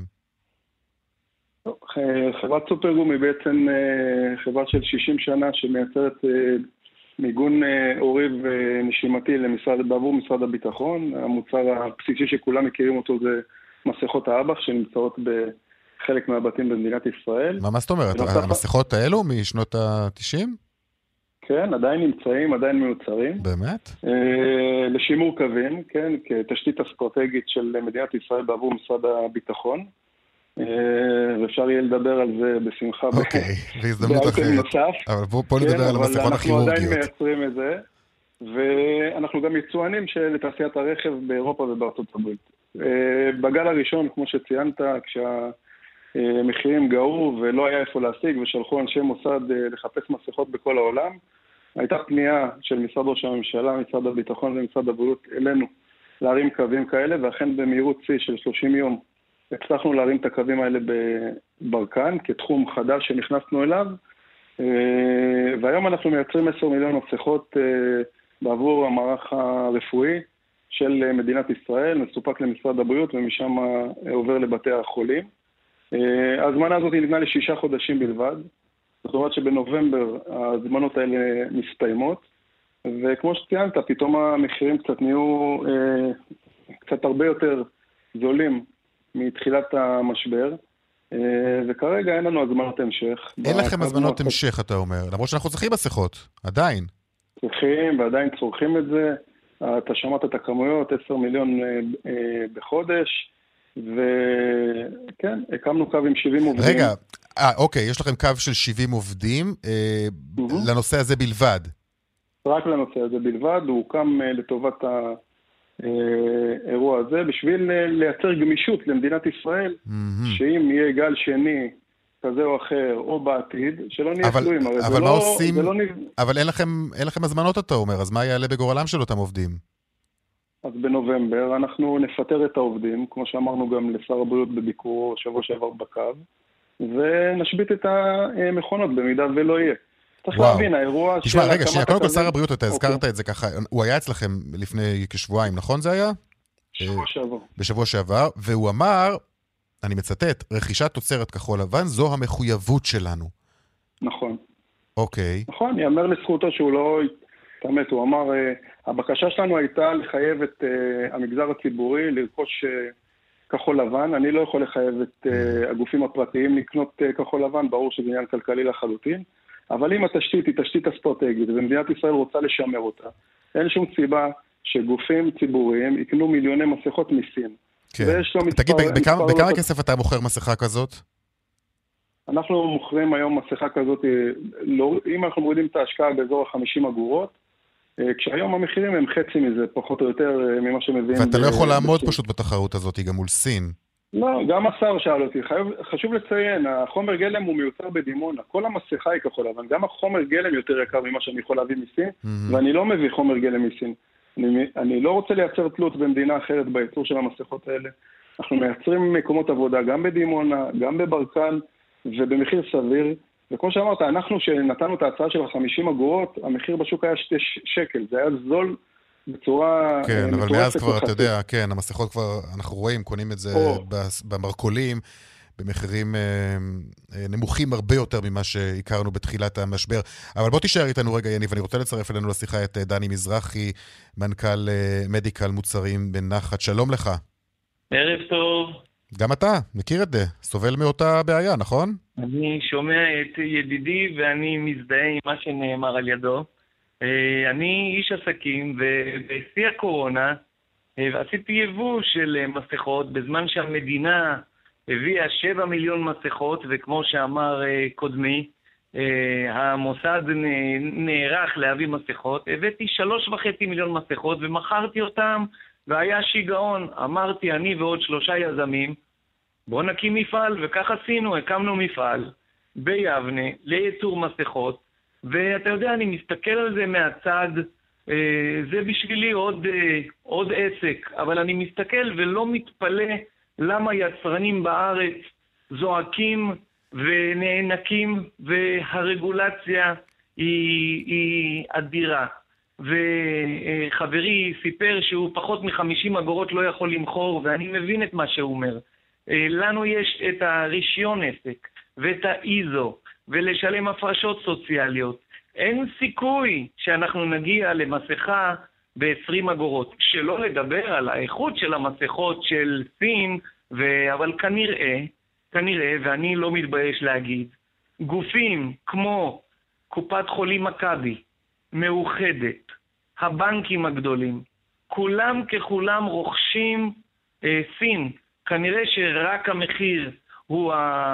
K: חברת סופרגום היא בעצם חברה של שישים שנה שמייצרת מיגון עורי ונשימתי למשרד, בעבור משרד הביטחון. המוצר הבסיסי שכולם מכירים אותו זה מסכות האב"כ שנמצאות בחלק מהבתים במדינת ישראל.
C: מה, מה זאת אומרת? המסכות האלו משנות ה-תשעים?
K: כן, עדיין נמצאים, עדיין מיוצרים.
C: באמת?
K: אה, לשימור קווים, כן, כתשתית אסטרטגית של מדינת ישראל בעבור משרד הביטחון. אה, ואפשר יהיה לדבר על זה בשמחה.
C: אוקיי, בהזדמנות אחרת.
K: נוסף.
C: אבל בוא, בוא נדבר
K: כן,
C: על המסכות הכירורגיות.
K: אנחנו עדיין מייצרים את זה, ואנחנו גם יצואנים של תעשיית הרכב באירופה ובארצות הברית. אה, בגל הראשון, כמו שציינת, כשהמחירים גאו ולא היה איפה להשיג, ושלחו אנשי מוסד לחפש מסכות בכל העולם, הייתה פנייה של משרד ראש הממשלה, משרד הביטחון ומשרד הבריאות אלינו להרים קווים כאלה, ואכן במהירות צי של שלושים יום הצלחנו להרים את הקווים האלה בברקן, כתחום חדש שנכנסנו אליו, והיום אנחנו מייצרים עשרה מיליון מסכות בעבור המערך הרפואי של מדינת ישראל, מסופק למשרד הבריאות ומשם עובר לבתי החולים. הזמנה הזאת ניתנה לשישה חודשים בלבד, זאת אומרת שבנובמבר הזמנות האלה מסתיימות, וכמו שציינת, פתאום המחירים קצת נהיו אה, קצת הרבה יותר זולים מתחילת המשבר, אה, וכרגע אין לנו הזמנות המשך.
C: אין לכם הזמנות המשך, אתה אומר, למרות שאנחנו צריכים מסכות, עדיין.
K: צריכים ועדיין צורכים את זה, אתה שמעת את הכמויות, עשרה מיליון אה, אה, בחודש, וכן, הקמנו קו עם שבעים עובדים.
C: רגע, אה, אוקיי, יש לכם קו של שבעים עובדים, אה, mm-hmm. לנושא הזה בלבד.
K: רק לנושא הזה בלבד, הוא הוקם אה, לטובת האירוע הזה, בשביל אה, לייצר גמישות למדינת ישראל, mm-hmm. שאם יהיה גל שני כזה או אחר, או בעתיד, שלא נהיה תלויים.
C: אבל, אבל מה לא, עושים? לא נב... אבל אין לכם, אין לכם הזמנות, אתה אומר, אז מה יעלה בגורלם של אותם עובדים?
K: אז בנובמבר אנחנו נפטר את העובדים, כמו שאמרנו גם לשר הבריאות בביקור שבוע שעבר בקו, ונשבית את המכונות במידה ולא יהיה. צריך להבין, האירוע של...
C: תשמע, רגע, שנייה, קודם כל שר הבריאות, אתה הזכרת את זה ככה, הוא היה אצלכם לפני כשבועיים, נכון זה היה?
K: בשבוע שעבר.
C: בשבוע שעבר, והוא אמר, אני מצטט, רכישת תוצרת כחול לבן, זו המחויבות שלנו.
K: נכון.
C: אוקיי.
K: נכון, יאמר לזכותו שהוא לא... באמת, הוא אמר, הבקשה שלנו הייתה לחייב את המגזר הציבורי לרכוש כחול לבן. אני לא יכול לחייב את הגופים הפרטיים לקנות כחול לבן, ברור שזה עניין כלכלי לחלוטין. אבל אם התשתית היא תשתית אסטרטגית, ומדינת ישראל רוצה לשמר אותה, אין שום סיבה שגופים ציבוריים יקנו מיליוני מסכות מסין.
C: כן. תגיד, בכמה כסף אתה מוכר מסכה כזאת?
K: אנחנו מוכרים היום מסכה כזאת, אם אנחנו מורידים את ההשקעה באזור ה-חמישים אגורות, כשהיום המחירים הם חצי מזה, פחות או יותר ממה שמביאים.
C: ואתה לא יכול לעמוד פשוט בתחרות הזאת, גם מול סין.
K: לא, גם השר שאל אותי, חשוב לציין, החומר גלם הוא מיוצר בדימונה, כל המסכה היא כחול לבן, גם החומר גלם יותר יקר ממה שאני יכול להביא מסין, ואני לא מביא חומר גלם מסין. אני, אני לא רוצה לייצר תלות במדינה אחרת בייצור של המסכות האלה. אנחנו מייצרים מקומות עבודה גם בדימונה, גם בברקן, ובמחיר סביר. וכמו שאמרת, אנחנו שנתנו את ההצעה של ה-חמישים אגורות, המחיר בשוק היה שתי שקל, זה היה זול בצורה...
C: כן, אבל מאז כבר, אתה יודע, כן, המסכות כבר, אנחנו רואים, קונים את זה במרקולים, במחירים נמוכים הרבה יותר ממה שהכרנו בתחילת המשבר. אבל בוא תישאר איתנו רגע, יניב, ואני רוצה לצרף אלינו לשיחה את דני מזרחי, מנכ"ל מדיקל מוצרים בנחת. שלום לך.
L: ערב טוב.
C: גם אתה, מכיר את זה, סובל מאותה בעיה, נכון?
L: אני שומע את ידידי ואני מזדהה עם מה שנאמר על ידו. אני איש עסקים, ובשיא הקורונה עשיתי יבוא של מסכות, בזמן שהמדינה הביאה שבע מיליון מסכות, וכמו שאמר קודמי, המוסד נערך להביא מסכות, הבאתי שלוש וחצי מיליון מסכות ומכרתי אותם, והיה שיגעון. אמרתי, אני ועוד שלושה יזמים, בואו נקים מפעל, וכך עשינו, הקמנו מפעל ביבנה לייצור מסכות, ואתה יודע, אני מסתכל על זה מהצד, זה בשבילי עוד, עוד עסק, אבל אני מסתכל ולא מתפלא למה יצרנים בארץ זועקים ונאנקים, והרגולציה היא, היא אדירה. וחברי סיפר שהוא פחות מ-חמישים אגורות לא יכול למכור, ואני מבין את מה שהוא אומר. לנו יש את הרישיון עסק ואת האיזו, ולשלם הפרשות סוציאליות. אין סיכוי שאנחנו נגיע למסכה ב-עשרים אגורות. שלא לדבר על האיכות של המסכות של סין, ו... אבל כנראה, כנראה, ואני לא מתבייש להגיד, גופים כמו קופת חולים מכבי, מאוחדת, הבנקים הגדולים, כולם ככולם רוכשים אה, סין. כנראה שרק המחיר הוא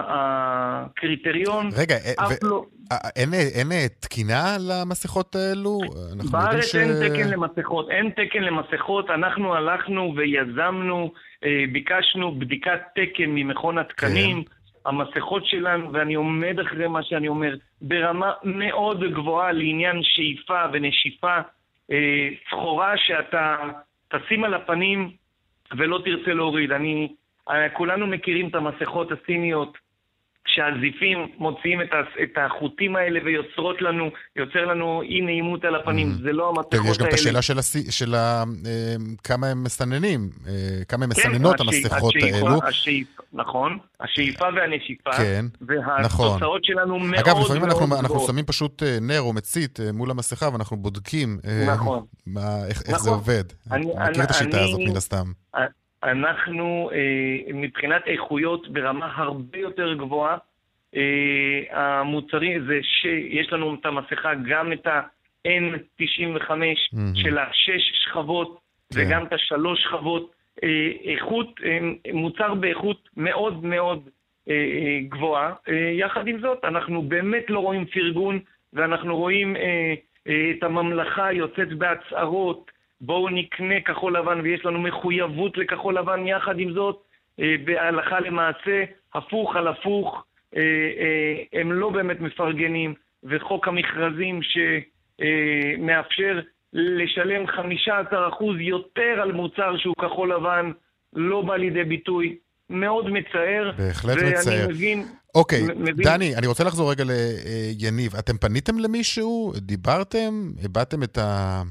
L: הקריטריון.
C: רגע, לא... אין, אין תקינה למסכות האלו?
L: בארץ ש... אין תקן למסכות, אין תקן למסכות. אנחנו הלכנו ויזמנו, ביקשנו בדיקת תקן ממכון התקנים, כן. המסכות שלנו, ואני עומד אחרי מה שאני אומר, ברמה מאוד גבוהה לעניין שאיפה ונשיפה, סחורה שאתה תשים על הפנים ולא תרצה להוריד. אני... כולנו מכירים את המסכות הסיניות, שהזיפים מוציאים את החוטים האלה ויוצרות לנו, יוצר לנו אי נעימות על הפנים. זה לא המסכות האלה.
C: יש גם את השאלה של כמה הם מסננים, כמה הם מסננות המסכות האלו.
L: נכון, השאיפה והנשיפה,
C: נכון.
L: והתוצאות שלנו מאוד מאוד
C: אגב, לפעמים אנחנו שמים פשוט נר או מצית מול המסכה, ואנחנו בודקים איך זה עובד. אני מכיר את השיטה הזאת מן הסתם.
L: אנחנו מבחינת איכויות ברמה הרבה יותר גבוהה. המוצרים זה שיש לנו את המסכה, גם את ה-אן תשעים וחמש של השש שכבות וגם את השלוש שכבות. איכות, מוצר באיכות מאוד מאוד גבוהה. יחד עם זאת, אנחנו באמת לא רואים פרגון, ואנחנו רואים את הממלכה יוצאת בהצהרות, בואו נקנה כחול לבן, ויש לנו מחויבות לכחול לבן. יחד עם זאת, בהלכה למעשה, הפוך על הפוך, הם לא באמת מפרגנים, וחוק המכרזים שמאפשר לשלם חמישה עשר אחוז יותר על מוצר שהוא כחול לבן לא בא לידי ביטוי. מאוד מצער.
C: בהחלט מצער.
L: מבין,
C: אוקיי,
L: מבין...
C: דני, אני רוצה לחזור רגע ליניב. אתם פניתם למישהו? דיברתם? הבאתם את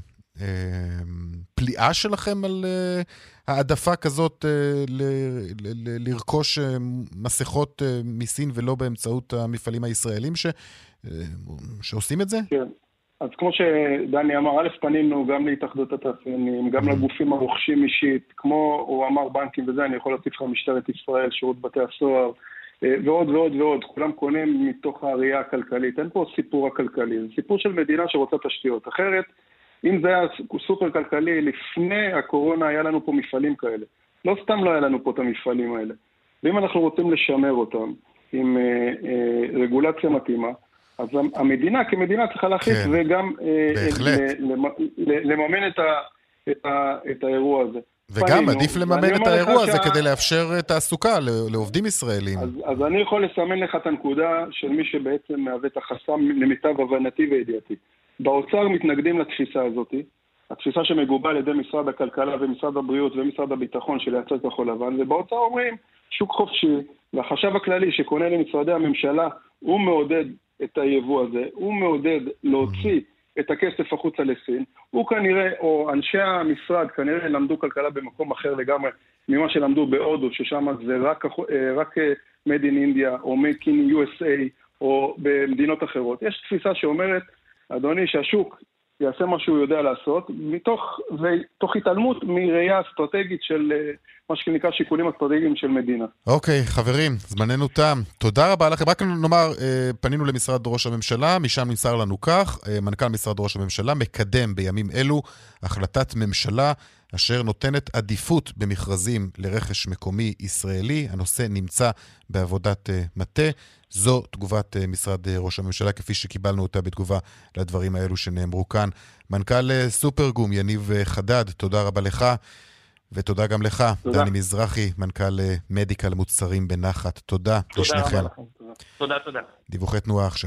C: הפליאה שלכם על העדפה כזאת לרכוש מסכות מסין ולא באמצעות המפעלים הישראלים ש... שעושים את זה?
K: כן. אז כמו שדני אמר, א' פנינו גם להתאחדות התעשיינים, גם לגופים הרוכשים אישית, כמו הוא אמר בנקים וזה, אני יכול להוסיף לך משטרת ישראל, שירות בתי הסוהר, ועוד ועוד ועוד, כולם קונים מתוך הראייה הכלכלית. אין פה סיפור הכלכלי, זה סיפור של מדינה שרוצה תשתיות. אחרת, אם זה היה סופר כלכלי, לפני הקורונה היה לנו פה מפעלים כאלה. לא סתם לא היה לנו פה את המפעלים האלה. ואם אנחנו רוצים לשמר אותם עם אה, אה, רגולציה מתאימה, אז המדינה כמדינה צריכה להחליט כן, וגם לממן את, ה, את, ה, את האירוע הזה.
C: וגם עדיף לממן את האירוע הזה כדי לאפשר תעסוקה לעובדים ישראלים.
K: אז, אז אני יכול לסמן לך את הנקודה של מי שבעצם מהווה את החסם למיטב הבנתי וידיעתי. באוצר מתנגדים לתפיסה הזאת, התפיסה שמגובה על ידי משרד הכלכלה ומשרד הבריאות ומשרד הביטחון של לייצר כחול לבן, ובאוצר אומרים שוק חופשי, והחשב הכללי שקונה למשרדי הממשלה הוא מעודד את היבוא הזה, הוא מעודד להוציא את הכסף החוצה לסין, הוא כנראה, או אנשי המשרד כנראה למדו כלכלה במקום אחר לגמרי ממה שלמדו בהודו, ששם זה רק, רק Made in India או Make in יו אס איי או במדינות אחרות. יש תפיסה שאומרת, אדוני, שהשוק יעשה מה שהוא יודע לעשות, מתוך, ותוך התעלמות מראייה אסטרטגית של מה שנקרא שיקולים אסטרטגיים של מדינה.
C: אוקיי, חברים, זמננו תם. תודה רבה לכם. רק נאמר, פנינו למשרד ראש הממשלה, משם נמסר לנו כך, מנכ"ל משרד ראש הממשלה מקדם בימים אלו החלטת ממשלה אשר נותנת עדיפות במכרזים לרכש מקומי ישראלי. הנושא נמצא בעבודת מטה. זו תגובת משרד ראש הממשלה, כפי שקיבלנו אותה בתגובה לדברים האלו שנאמרו כאן. מנכ"ל סופרגום, יניב חדד, תודה רבה לך, ותודה גם לך, תודה. דני מזרחי, מנכ"ל מדיקל מוצרים בנחת. תודה,
L: תודה
C: לשניכם.
L: רבה לכם. תודה, תודה.
C: דיווחי תנועה עכשיו.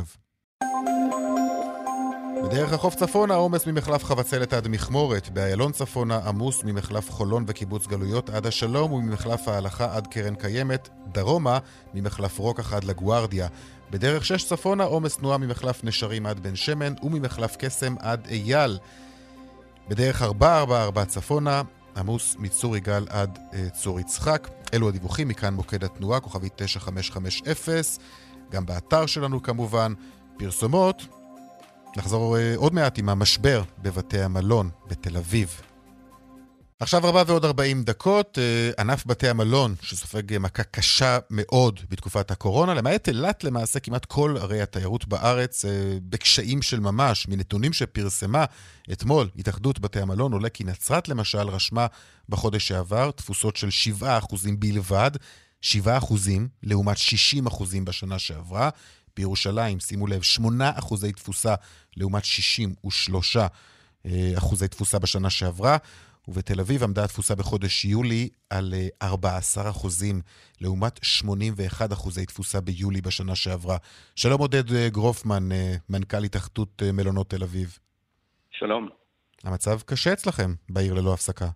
C: בדרך החוף צפונה, עומס ממחלף חבצלת עד מכמורת, באיילון צפונה עמוס ממחלף חולון וקיבוץ גלויות עד השלום וממחלף ההלכה עד קרן קיימת, דרומה ממחלף רוקח עד לגוארדיה. בדרך שש צפונה עומס תנועה ממחלף נשרים עד בן שמן וממחלף קסם עד אייל. בדרך ארבע ארבע ארבע צפונה עמוס מצור יגאל עד uh, צור יצחק. אלו הדיווחים, מכאן מוקד התנועה, כוכבית תשע חמש חמש אפס, גם באתר שלנו כמובן. פרסומות, נחזור uh, עוד מעט עם המשבר בבתי המלון בתל אביב. עכשיו ארבע ועוד ארבעים דקות, uh, ענף בתי המלון שסופג מכה קשה מאוד בתקופת הקורונה, למעט אילת למעשה כמעט כל ערי התיירות בארץ uh, בקשיים של ממש. מנתונים שפרסמה אתמול התאחדות בתי המלון עולה כי נצרת למשל רשמה בחודש שעבר תפוסות של שבעה אחוזים בלבד, שבעה אחוזים לעומת שישים אחוזים בשנה שעברה. בירושלים, שימו לב, שמונה אחוזי תפוסה לעומת שישים ושלושה אחוזי תפוסה בשנה שעברה, ובתל אביב עמדה התפוסה בחודש יולי על ארבעה עשר אחוזים לעומת שמונים ואחד אחוזי תפוסה ביולי בשנה שעברה. שלום עודד גרופמן, מנכ"ל התאחדות מלונות תל אביב.
M: שלום.
C: המצב קשה אצלכם בעיר ללא הפסקה.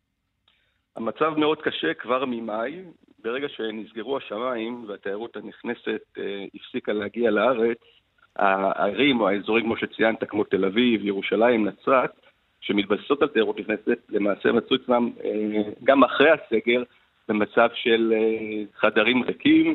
M: המצב מאוד קשה כבר ממאי. ברגע שנסגרו השמיים והתיירות הנכנסת אה, הפסיקה להגיע לארץ, הערים או האזורים כמו שציינת, כמו תל אביב, ירושלים, נצרת, שמתבססות על תיירות נכנסת, למעשה מצאו עצמם אה, גם אחרי הסגר במצב של אה, חדרים ריקים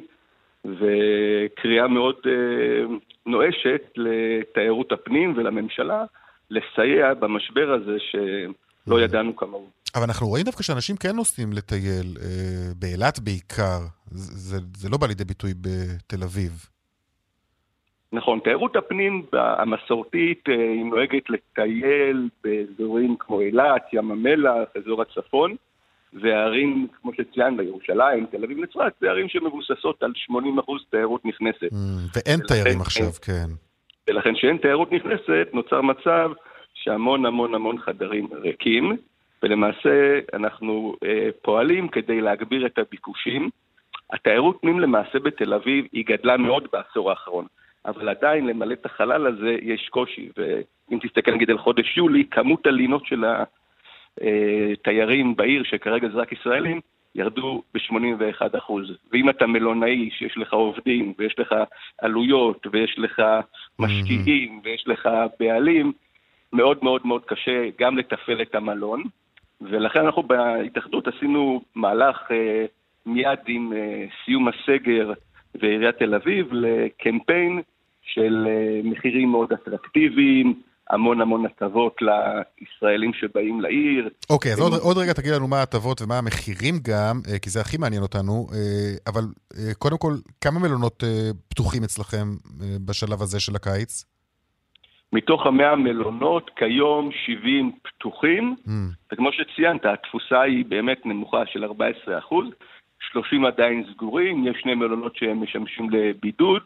M: וקריאה מאוד אה, נואשת לתיירות הפנים ולממשלה לסייע במשבר הזה שלא ידענו כמוהו.
C: אבל אנחנו רואים דווקא שאנשים כן נוסעים לטייל, אה, באילת בעיקר, זה, זה לא בא לידי ביטוי בתל אביב.
M: נכון, תיירות הפנים המסורתית אה, היא נוהגת לטייל באזורים כמו אילת, ים המלח, אזור הצפון, והערים, כמו שציין בירושלים, תל אביב נצרת, זה ערים שמבוססות על שמונים אחוז תיירות נכנסת. Mm,
C: ואין ולכן, תיירים עכשיו, כן.
M: ולכן שאין תיירות נכנסת, נוצר מצב שהמון המון המון חדרים ריקים, ולמעשה אנחנו אה, פועלים כדי להגביר את הביקושים. התיירות פנים למעשה בתל אביב היא גדלה מאוד בעשור האחרון. אבל עדיין למלא את החלל הזה יש קושי, ואם תסתכל נגיד על חודש יולי, כמות הלינות של התיירים בעיר, שכרגע זה רק ישראלים, ירדו ב-שמונים ואחד אחוז. ואם אתה מלונאי שיש לך עובדים, ויש לך עלויות, ויש לך משקיעים, ויש לך בעלים, מאוד מאוד מאוד קשה גם לתפעל את המלון, ולכן אנחנו בהתאחדות עשינו מהלך אה, מיד עם אה, סיום הסגר ועיריית תל אביב לקמפיין של אה, מחירים מאוד אטרקטיביים, המון המון הטבות לישראלים שבאים לעיר.
C: אוקיי, אז עוד, עוד רגע תגיד לנו מה ההטבות ומה המחירים גם, כי זה הכי מעניין אותנו, אבל קודם כל, כמה מלונות פתוחים אצלכם בשלב הזה של הקיץ?
M: מתוך המאה מלונות, כיום שבעים פתוחים, mm. וכמו שציינת, התפוסה היא באמת נמוכה של ארבעה עשר אחוז, שלושים עדיין סגורים, יש שני מלונות שהם משמשים לבידוד,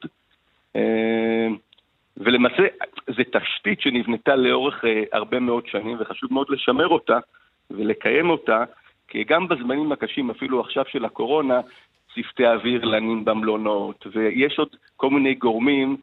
M: ולמעשה זה תשתית שנבנתה לאורך uh, הרבה מאוד שנים, וחשוב מאוד לשמר אותה ולקיים אותה, כי גם בזמנים הקשים, אפילו עכשיו של הקורונה, צוותי אוויר לנים במלונות, ויש עוד כל מיני גורמים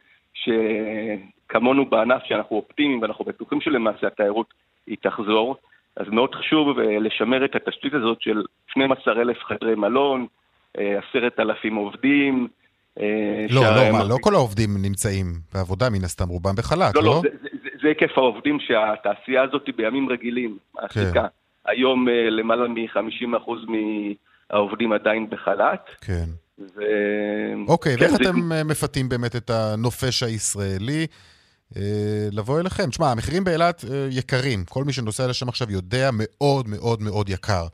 M: שכמונו בענף שאנחנו אופטימיים, ואנחנו בטוחים שלמעשה התיירות היא תחזור, אז מאוד חשוב uh, לשמר את התשתית הזאת של שנים עשר אלף חדרי מלון, uh, עשרת אלפים עובדים,
C: לא, לא, מה, לא כל העובדים נמצאים בעבודה, מן הסתם, רובם בחל"ת, לא?
M: לא, לא, זה היקף העובדים שהתעשייה הזאת היא בימים רגילים, העסיקה. היום למעלה מ-חמישים אחוז מהעובדים עדיין בחל"ת.
C: כן. אוקיי, ואיך אתם מפתים באמת את הנופש הישראלי לבוא אליכם? תשמע, המחירים באילת יקרים, כל מי שנוסע לשם עכשיו יודע מאוד מאוד מאוד יקר.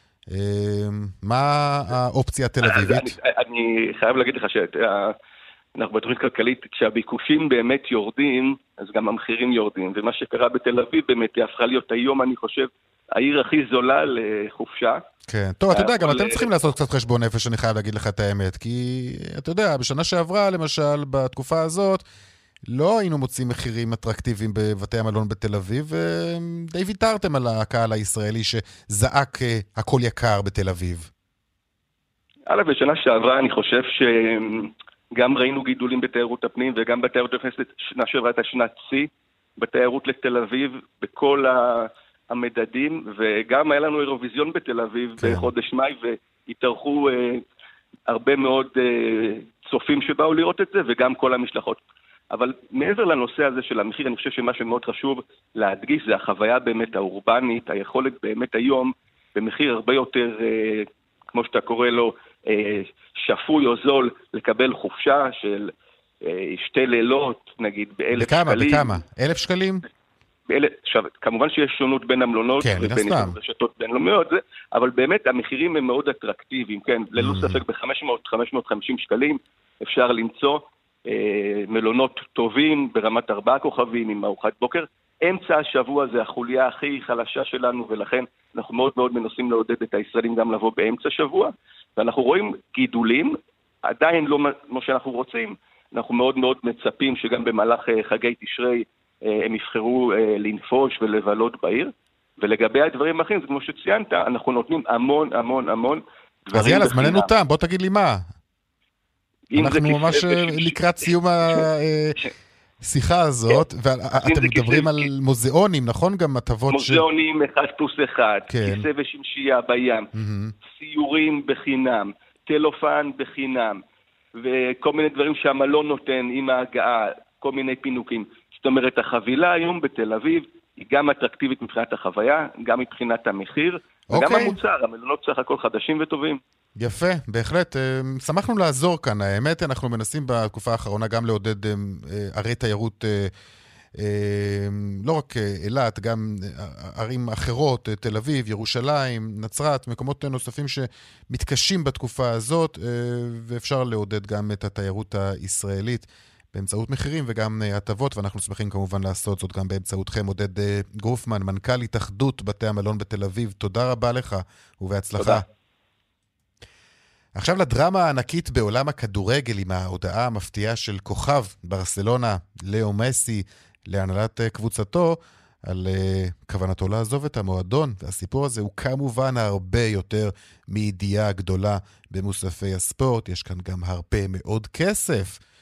C: מה האופציה התל אביבית?
M: אני חייב להגיד לך שאנחנו בתוכנית כלכלית, כשהביקושים באמת יורדים, אז גם המחירים יורדים, ומה שקרה בתל אביב באמת הפכה להיות היום, אני חושב, העיר הכי זולה לחופשה.
C: כן, טוב, אתה יודע, גם אתם צריכים לעשות קצת חשבון נפש, אני חייב להגיד לך את האמת, כי אתה יודע, בשנה שעברה, למשל, בתקופה הזאת, לא היינו מוצאים מחירים אטרקטיביים בבתי המלון בתל אביב, ודי ויתרתם על הקהל הישראלי שזעק הכל יקר בתל אביב.
M: הלאה, בשנה שעברה אני חושב שגם ראינו גידולים בתיירות הפנים, וגם בתיירות הפנים שנה שעברה הייתה שנת שיא, בתיירות לתל אביב, בכל המדדים, וגם היה לנו אירוויזיון בתל אביב כן. בחודש מאי, והתארחו אה, הרבה מאוד אה, צופים שבאו לראות את זה, וגם כל המשלחות. אבל מעבר לנושא הזה של המחיר, אני חושב שמה שמאוד חשוב להדגיש זה החוויה באמת האורבנית, היכולת באמת היום במחיר הרבה יותר, אה, כמו שאתה קורא לו, אה, שפוי או זול, לקבל חופשה של אה, שתי לילות, נגיד, באלף
C: בכמה,
M: שקלים.
C: בכמה? בכמה? אלף שקלים?
M: באל... עכשיו, כמובן שיש שונות בין המלונות,
C: כן,
M: ובין רשתות בינלאומיות, אבל באמת המחירים הם מאוד אטרקטיביים, כן, ללא ספק ב-חמש מאות עד חמש מאות וחמישים שקלים אפשר למצוא אה, מלונות טובים ברמת ארבעה כוכבים עם ארוחת בוקר. אמצע השבוע זה החוליה הכי חלשה שלנו, ולכן אנחנו מאוד מאוד מנסים לעודד את הישראלים גם לבוא באמצע שבוע, ואנחנו רואים גידולים, עדיין לא כמו שאנחנו רוצים, אנחנו מאוד מאוד מצפים שגם במהלך חגי תשרי הם יבחרו לנפוש ולבלות בעיר, ולגבי הדברים האחרים, כמו שציינת, אנחנו נותנים המון המון המון דברים.
C: אז יאללה, זמננו תם, בוא תגיד לי מה. אנחנו ממש לקראת סיום השיחה הזאת, ואתם מדברים על מוזיאונים, נכון? גם הטבות ש...
M: מוזיאונים אחד פלוס אחד, כיסא ושמשייה בים, סיורים בחינם, טלופן בחינם, וכל מיני דברים שהמלון נותן עם ההגעה, כל מיני פינוקים. זאת אומרת, החבילה היום בתל אביב היא גם אטרקטיבית מבחינת החוויה, גם מבחינת המחיר, וגם okay. המוצר, המלונות סך הכל חדשים וטובים.
C: יפה, בהחלט. שמחנו לעזור כאן. האמת, אנחנו מנסים בתקופה האחרונה גם לעודד ערי תיירות, לא רק אילת, גם ערים אחרות, תל אביב, ירושלים, נצרת, מקומות נוספים שמתקשים בתקופה הזאת, ואפשר לעודד גם את התיירות הישראלית. באמצעות מחירים וגם הטבות, ואנחנו שמחים כמובן לעשות זאת גם באמצעותכם. עודד גרופמן, מנכ"ל התאחדות בתי המלון בתל אביב, תודה רבה לך ובהצלחה. תודה. עכשיו לדרמה הענקית בעולם הכדורגל עם ההודעה המפתיעה של כוכב ברסלונה, לאו מסי, להנהלת קבוצתו, על כוונתו לעזוב את המועדון, והסיפור הזה הוא כמובן הרבה יותר מידיעה גדולה במוספי הספורט. יש כאן גם הרבה מאוד כסף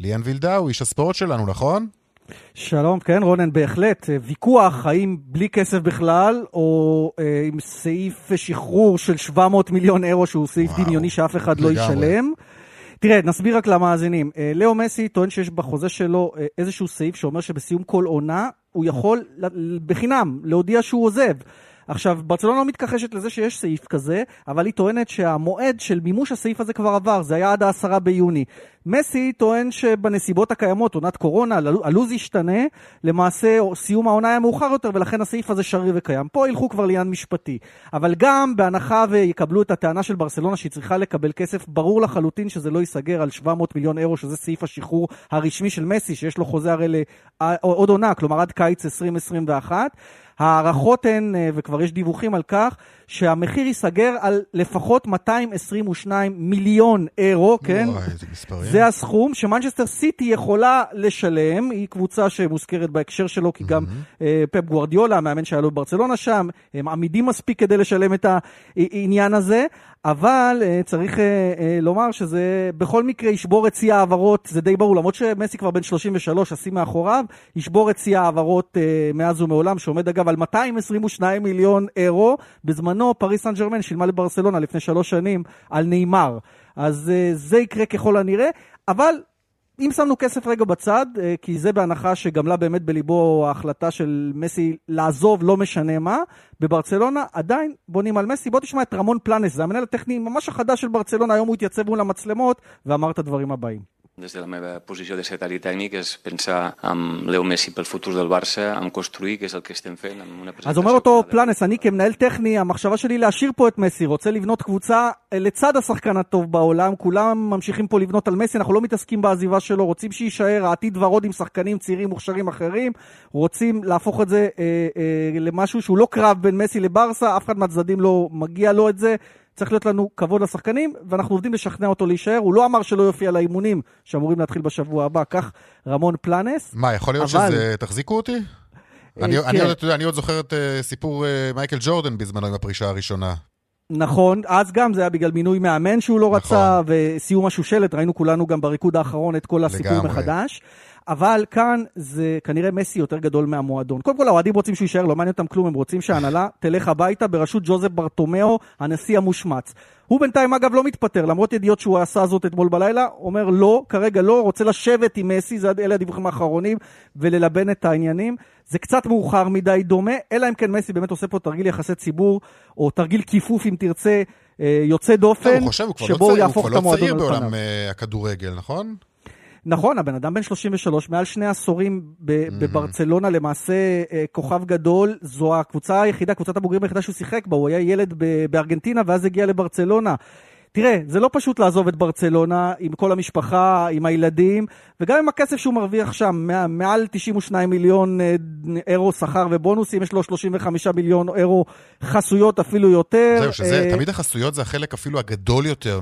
C: ליאן וילדאו, איש הספורט שלנו, נכון?
N: שלום, כן, רונן, בהחלט. ויכוח, האם בלי כסף בכלל, או אה, עם סעיף שחרור של שבע מאות מיליון אירו, שהוא סעיף וואו, דמיוני שאף אחד לא ישלם. תראה, נסביר רק למאזינים. אה, לאו מסי טוען שיש בחוזה שלו אה, איזשהו סעיף שאומר שבסיום כל עונה, הוא יכול בחינם להודיע שהוא עוזב. עכשיו, ברצלונה לא מתכחשת לזה שיש סעיף כזה, אבל היא טוענת שהמועד של מימוש הסעיף הזה כבר עבר, זה היה עד העשרה ביוני. מסי טוען שבנסיבות הקיימות, עונת קורונה, הלוז ישתנה, למעשה סיום העונה היה מאוחר יותר, ולכן הסעיף הזה שריר וקיים. פה ילכו כבר לעניין משפטי. אבל גם בהנחה ויקבלו את הטענה של ברצלונה שהיא צריכה לקבל כסף, ברור לחלוטין שזה לא ייסגר על שבע מאות מיליון אירו, שזה סעיף השחרור הרשמי של מסי, שיש לו חוזה הרי לעוד עונה, כלומר עד קיץ עשרים עשרים ואחת. הערכות הן, וכבר יש דיווחים על כך, שהמחיר ייסגר על לפחות מאתיים עשרים ושניים מיליון אירו, כן? וואי, זה מספרים. זה הסכום שמנצ'סטר סיטי יכולה לשלם, היא קבוצה שמוזכרת בהקשר שלו, כי גם mm-hmm. פפ גוארדיולה, המאמן שהיה לו בברצלונה שם, הם עמידים מספיק כדי לשלם את העניין הזה, אבל צריך לומר שזה בכל מקרה ישבור את שיא העברות, זה די ברור, למרות שמסי כבר בן שלושים ושלוש, השיא מאחוריו, ישבור את שיא העברות מאז ומעולם, שעומד אגב על מאתיים עשרים ושניים מיליון אירו, בזמנו פריס סן ז'רמן שילמה לברצלונה לפני שלוש שנים על ניימר, אז זה יקרה ככל הנראה, אבל אם שמנו כסף רגע בצד, כי זה בהנחה שגם לה באמת בליבו ההחלטה של מסי לעזוב לא משנה מה, בברצלונה עדיין בונים על מסי. בוא תשמע את רמון פלנס, זה המנהל הטכני ממש החדש של ברצלונה, היום הוא התייצב מול המצלמות ואמר את הדברים הבאים.
O: Des de la meva posició de secretari tècnic és pensar en Leo Messi pel futur del Barça, en construir, que és el que estem fent, amb una presentació.
N: אז אומר אותו פלנס, אני כמנהל טכני, המחשבה שלי להשאיר פה את מסי, רוצה לבנות קבוצה לצד השחקן הטוב בעולם, כולם ממשיכים פה לבנות על מסי, אנחנו לא מתעסקים בעזיבה שלו, רוצים שישאר העתיד ורוד עם שחקנים צעירים מוכשרים אחרים, רוצים להפוך את זה אה, אה, למשהו שהוא לא קרב בין מסי לברסה, אף אחד מהצדדים לא מגיע לו את זה, צריך להיות לנו כבוד לשחקנים, ואנחנו עובדים לשכנע אותו להישאר. הוא לא אמר שלא יופיע לאימונים, שאמורים להתחיל בשבוע הבא. כך רמון פלנס.
C: מה, יכול להיות אבל... שזה... תחזיקו אותי? אני, כן. אני, עוד, אני עוד זוכר את uh, סיפור uh, מייקל ג'ורדן בזמנו עם הפרישה הראשונה.
N: נכון, אז גם זה היה בגלל מינוי מאמן שהוא לא נכון. רצה, וסיום השושלת, ראינו כולנו גם בריקוד האחרון את כל הסיפור לגמרי. מחדש. אבל כאן זה כנראה מסי יותר גדול מהמועדון. קודם כל, האוהדים רוצים שהוא יישאר, לא מעניין אותם כלום, הם רוצים שההנהלה תלך הביתה בראשות ג'וזף ברטומאו, הנשיא המושמץ. הוא בינתיים אגב לא מתפטר, למרות ידיעות שהוא עשה זאת אתמול בלילה, אומר לא, כרגע לא, רוצה לשבת עם מסי, זה אלה הדיווחים האחרונים, וללבן את העניינים. זה קצת מאוחר מדי דומה, אלא אם כן מסי באמת עושה פה תרגיל יחסי ציבור, או תרגיל כיפוף אם תרצה, יוצא דופן, שבו הוא יהפוך את המועדון על פניו.
C: הוא כבר לא צעיר בעולם הכדורגל, נכון?
N: נכון, הבן אדם בן שלושים ושלוש, מעל שני עשורים בברצלונה, למעשה כוכב גדול, זו הקבוצה היחידה, קבוצת הבוגרים היחידה שהוא שיחק בה, הוא היה ילד בארגנטינה ואז הגיע לברצלונה. תראה, זה לא פשוט לעזוב את ברצלונה עם כל המשפחה, עם הילדים, וגם עם הכסף שהוא מרוויח שם, מעל תשעים ושניים מיליון אירו שכר ובונוסים, יש לו שלושים וחמישה מיליון אירו חסויות אפילו יותר.
C: זהו, שזה, תמיד החסויות זה החלק אפילו הגדול יותר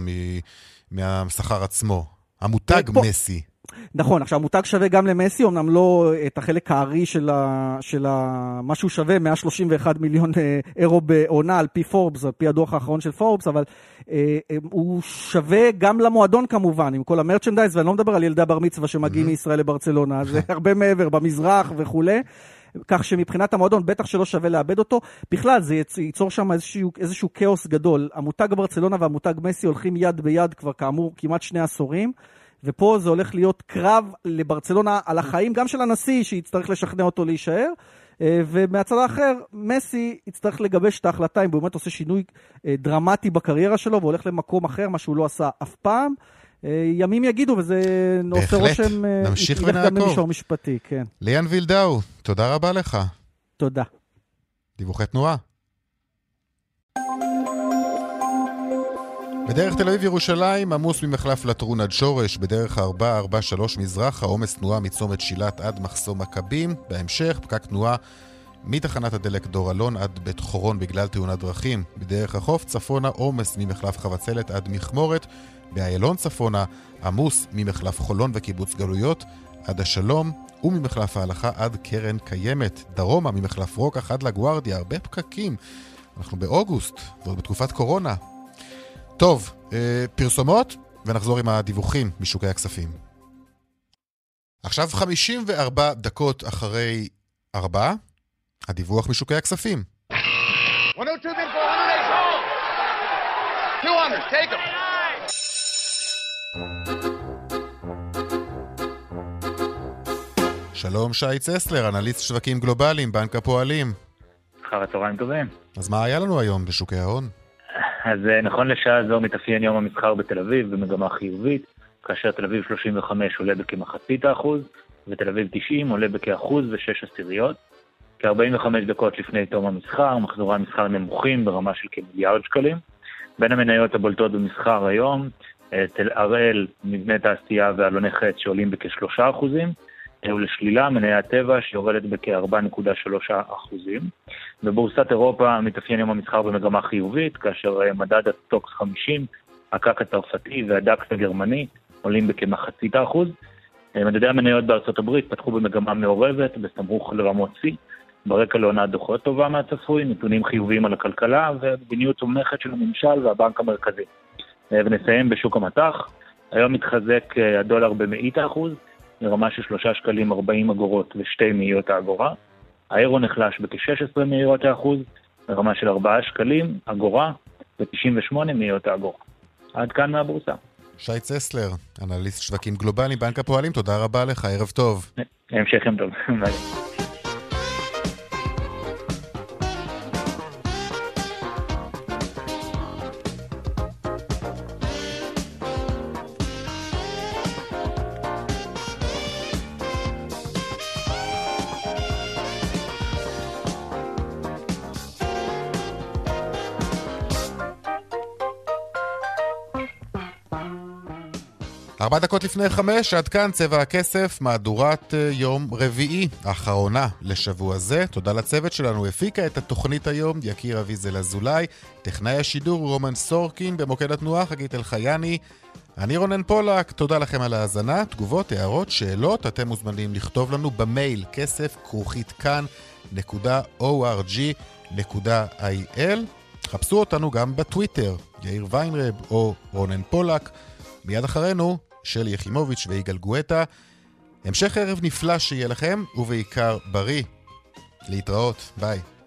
C: מהשכר עצמו. המותג מסי.
N: נכון, עכשיו המותג שווה גם למסי, אמנם לא את החלק הארי של, ה, של ה, מה שהוא שווה, מאה שלושים ואחד מיליון אירו בעונה על פי פורבס, על פי הדוח האחרון של פורבס, אבל אה, הוא שווה גם למועדון כמובן, עם כל המרצ'נדייז, ואני לא מדבר על ילדי הבר מצווה שמגיעים mm-hmm. מישראל לברצלונה, זה הרבה מעבר במזרח וכו'. כך שמבחינת המועדון בטח שלא שווה לאבד אותו. בכלל זה ייצור שם איזשהו, איזשהו כאוס גדול. המותג ברצלונה והמותג מסי הולכים יד ביד כבר כאמור כמעט שני עשורים, ופה זה הולך להיות קרב לברצלונה על החיים, גם של הנשיא שיצטרך לשכנע אותו להישאר, ומהצד האחר מסי יצטרך לגבש את ההחלטה אם הוא באמת עושה שינוי דרמטי בקריירה שלו והולך למקום אחר, מה שהוא לא עשה אף פעם. ימים יגידו, וזה עושה רושם
C: נמשיך ונעקוב
N: משפטי, כן.
C: ליאן וילדאו, תודה רבה לך.
N: תודה.
C: דיווחי תנועה. בדרך תל אביב ירושלים, עמוס ממחלף לטרון עד שורש, בדרך ארבע ארבע שלוש מזרח, העומס תנועה מצומת שילת עד מחסום מכבים, בהמשך פקק תנועה מתחנת הדלק דור אלון עד בית חורון בגלל תאונת דרכים, בדרך החוף צפונה עומס ממחלף חבצלת עד מכמורת, באיילון צפונה עמוס ממחלף חולון וקיבוץ גלויות עד השלום, וממחלף ההלכה עד קרן קיימת, דרומה ממחלף רוקח עד לגוארדיה, הרבה פקקים, אנחנו באוגוסט, זאת בתקופת קורונה. טוב, פרסומות, ונחזור עם הדיווחים משוקי הכספים. עכשיו חמישים וארבע דקות אחרי ארבע, הדיווח משוקי הכספים. שלום שי צסלר, אנליסט שווקים גלובליים, בנק הפועלים.
P: אחר הצהריים טובים.
C: אז מה היה לנו היום בשוקי ההון?
P: אז נכון לשעה זו מתאפיין יום המסחר בתל אביב במגמה חיובית, כאשר תל אביב שלושים וחמש עולה בכמחצית האחוז, ותל אביב תשעים עולה בכאחוז ושש עשיריות. כ-ארבעים וחמש דקות לפני תום המסחר, מחזורי המסחר נמוכים ברמה של כמיליארד שקלים. בין המניות הבולטות במסחר היום, תל הראל, מבנה תעשייה ואלוני חץ שעולים בכ-שלושה אחוזים, ולשלילה מניית טבע שיורדת בכ-ארבע נקודה שלוש אחוזים. בבורסת אירופה מתאפיין יום המסחר במגמה חיובית, כאשר מדד הסטוקס חמישים, הקק הצרפתי והדקס הגרמני עולים בכמחצית האחוז. מדדי המניות בארצות הברית פתחו במגמה מעורבת, בסמוך לרמות C, ברקע לעונת דוחות טובה מהצפוי, נתונים חיוביים על הכלכלה ומדיניות תומכת של הממשל והבנק המרכזי. ונסיים בשוק המטח, היום מתחזק הדולר במאית האחוז, לרמה של שלושה שקלים ארבעים אגורות ושתי מאיות האגורה. האירו נחלש בכ-שש עשרה מאיות האחוז, לרמה של ארבעה שקלים אגורה ו-תשעים ושמונה מאיות האגורה. עד כאן מהבורסה.
C: שי צסלר, אנליסט שווקים גלובליים, בנק הפועלים, תודה רבה לך, ערב טוב.
P: המשך יום טוב. ביי.
C: ארבע דקות לפני חמש, עד כאן צבע הכסף, מהדורת יום רביעי, האחרונה לשבוע זה. תודה לצוות שלנו, הפיקה את התוכנית היום, יקיר אביזל אזולאי, טכנאי השידור רומן סורקין, במוקד התנועה חגית אלחייני, אני רונן פולק, תודה לכם על ההאזנה, תגובות, הערות, שאלות, אתם מוזמנים לכתוב לנו במייל כסף כרוכית כאן נקודה או אר ג'י נקודה איי אל. חפשו אותנו גם בטוויטר, יאיר ויינרב או רונן פולק. מיד אחרינו, שלי יחימוביץ' ויגאל גואטה. המשך ערב נפלא שיהיה לכם, ובעיקר בריא. להתראות, ביי.